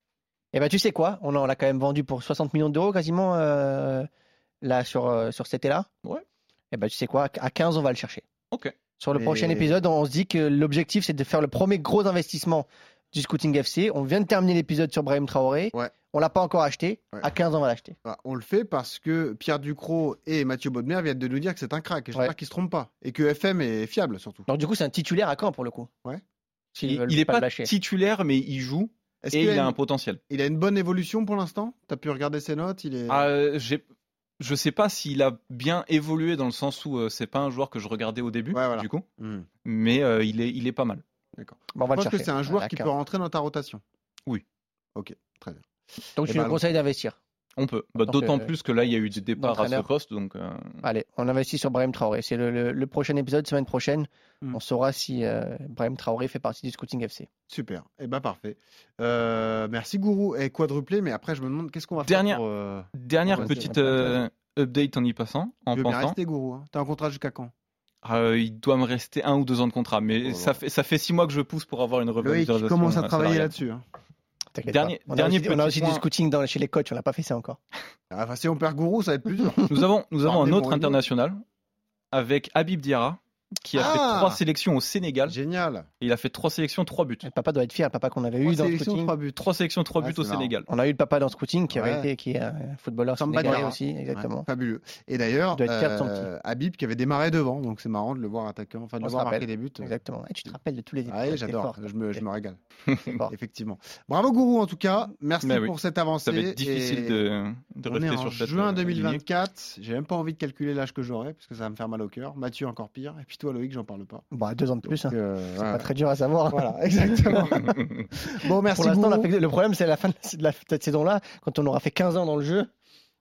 Et ben tu sais quoi, on, en- on l'a quand même vendu pour soixante millions d'euros quasiment euh, là sur euh, sur cet été-là. Ouais. Et ben tu sais quoi, à quinze on va le chercher. Ok. Sur le Mais- prochain épisode, on se dit que l'objectif c'est de faire le premier gros investissement du Scouting F C. On vient de terminer l'épisode sur Brahim Traoré. Ouais. On l'a pas encore acheté. Ouais. À quinze on va l'acheter. Bah, on le fait parce que Pierre Ducrot et Mathieu Baudemer viennent de nous dire que c'est un crack. Et j'espère Ouais. qu'ils se trompent pas. Et que F M est fiable surtout. Donc du coup c'est un titulaire à Caen pour le coup. Ouais. S'ils Il, veulent il est pas pas le lâcher. titulaire, mais il joue Est-ce et qu'il il a, a un une... potentiel. il a une bonne évolution pour l'instant? T'as pu regarder ses notes? Il est... Ah, euh, j'ai- je sais pas s'il a bien évolué dans le sens où euh, c'est pas un joueur que je regardais au début, Ouais, voilà. du coup, Hmm. mais euh, il, est, il est pas mal. Bon, on va Je le pense que chercher. c'est un joueur à qui quinze. peut rentrer dans ta rotation. Oui. Ok, très bien. Donc Eh tu ben, nous conseilles d'investir. On peut. Bah, Donc, D'autant euh, plus que là, il y a eu des départs à ce d'entraîneur. poste, donc euh, Allez, on investit sur Brahim Traoré. C'est le, le- le prochain épisode, semaine prochaine. Hmm. On saura si euh, Brahim Traoré fait partie du Scouting F C. Super. Eh ben parfait. Euh, merci Gourou. Et quadruplé, mais après je me demande qu'est-ce qu'on va Dernière- faire pour. Euh... dernière Ouais, petite c'est euh, update en y passant, en Tu veux bien pensant. rester Gourou hein. T'as un contrat jusqu'à quand? Euh, il doit me rester un ou deux ans de contrat, mais Oh, ça bon. fait ça fait six mois que je pousse pour avoir une Loïc, revalorisation. commence à euh, travailler salariale. là-dessus. Hein. T'inquiète Dernier- pas. On a dernier aussi, on a petit aussi du point. scouting dans, chez les coachs, on n'a pas fait ça encore. Ah, enfin, si on perd Gourou, ça va être plus dur. Nous avons nous avons Ah, un mais autre bon, international avec Habib Diarra qui a Ah. fait trois sélections au Sénégal. Génial. Et il a fait trois sélections, trois buts. Le papa doit être fier, le papa qu'on avait Trois eu dans le sélections, scouting. trois buts. Trois sélections, trois Ah, buts c'est au marrant. Sénégal. On a eu le papa dans le scouting qui avait Ouais. été, qui est un footballeur Samba sénégalais Diarra. aussi, exactement. Ouais, fabuleux. Et d'ailleurs, Il doit être fier de son euh, Habib qui avait démarré devant, donc c'est marrant de le voir attaquant, enfin de On le se voir marquer rappelle. des buts. Exactement. Et tu te rappelles de tous les épisodes. Ah, oui, c'est j'adore, fort. je me, je me régale. C'est fort. Effectivement. Bravo Gourou en tout cas, merci Mais oui. pour cette avancée. Ça va être difficile Et de, de on est rester en sur cette juin euh, deux mille lignée. vingt-quatre, j'ai même pas envie de calculer l'âge que j'aurai, parce que ça va me faire mal au cœur. Mathieu encore pire, et puis toi Loïc, j'en parle pas. Bon, deux ans de plus, hein. Donc, euh, C'est ouais. pas très dur à savoir. Voilà, exactement. Bon, merci Pour l'instant, Gourou. la- le problème, c'est la fin de la- de cette saison-là, quand on aura fait quinze ans dans le jeu.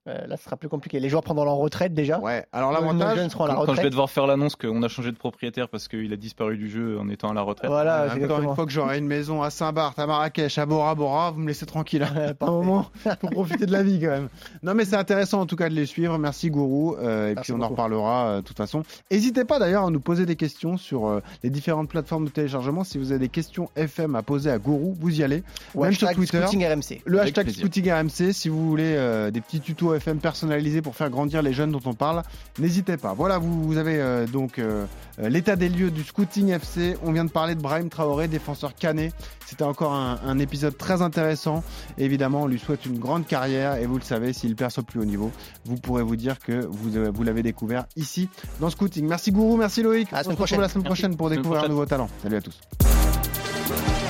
Euh, là, ce sera plus compliqué. Les joueurs prendront leur retraite déjà. Ouais. Alors Nos l'avantage, jeunes seront à la Quand, quand je retraite. vais devoir faire l'annonce qu'on a changé de propriétaire parce qu'il a disparu du jeu en étant à la retraite. Voilà, Euh, c'est encore exactement. une fois que j'aurai une maison à Saint-Barth, à Marrakech, à Bora Bora, vous me laissez tranquille. Hein. Par moment, pour profiter de la vie quand même. Non, mais c'est intéressant en tout cas de les suivre. Merci Gourou. Euh, et Merci puis on en beaucoup. reparlera euh, de toute façon. N'hésitez pas d'ailleurs à nous poser des questions sur euh, les différentes plateformes de téléchargement. Si vous avez des questions F M à poser à Gourou, vous y allez. Ou Même sur hashtag Twitter. Scouting R M C. Le Avec hashtag plaisir. Scouting R M C, si vous voulez euh, des petits tutos F M personnalisés pour faire grandir les jeunes dont on parle, n'hésitez pas. Voilà, vous, vous avez euh, donc euh, euh, l'état des lieux du Scouting F C. On vient de parler de Brahim Traoré, défenseur canet. C'était encore un, un épisode très intéressant. Évidemment, on lui souhaite une grande carrière et vous le savez, s'il perce au plus haut niveau, vous pourrez vous dire que vous, euh, vous l'avez découvert ici dans Scouting. Merci Gourou, merci Loïc. À la On se semaine retrouve prochaine. la semaine Merci. prochaine pour Semaine découvrir un prochaine. nouveau talent. Salut à tous.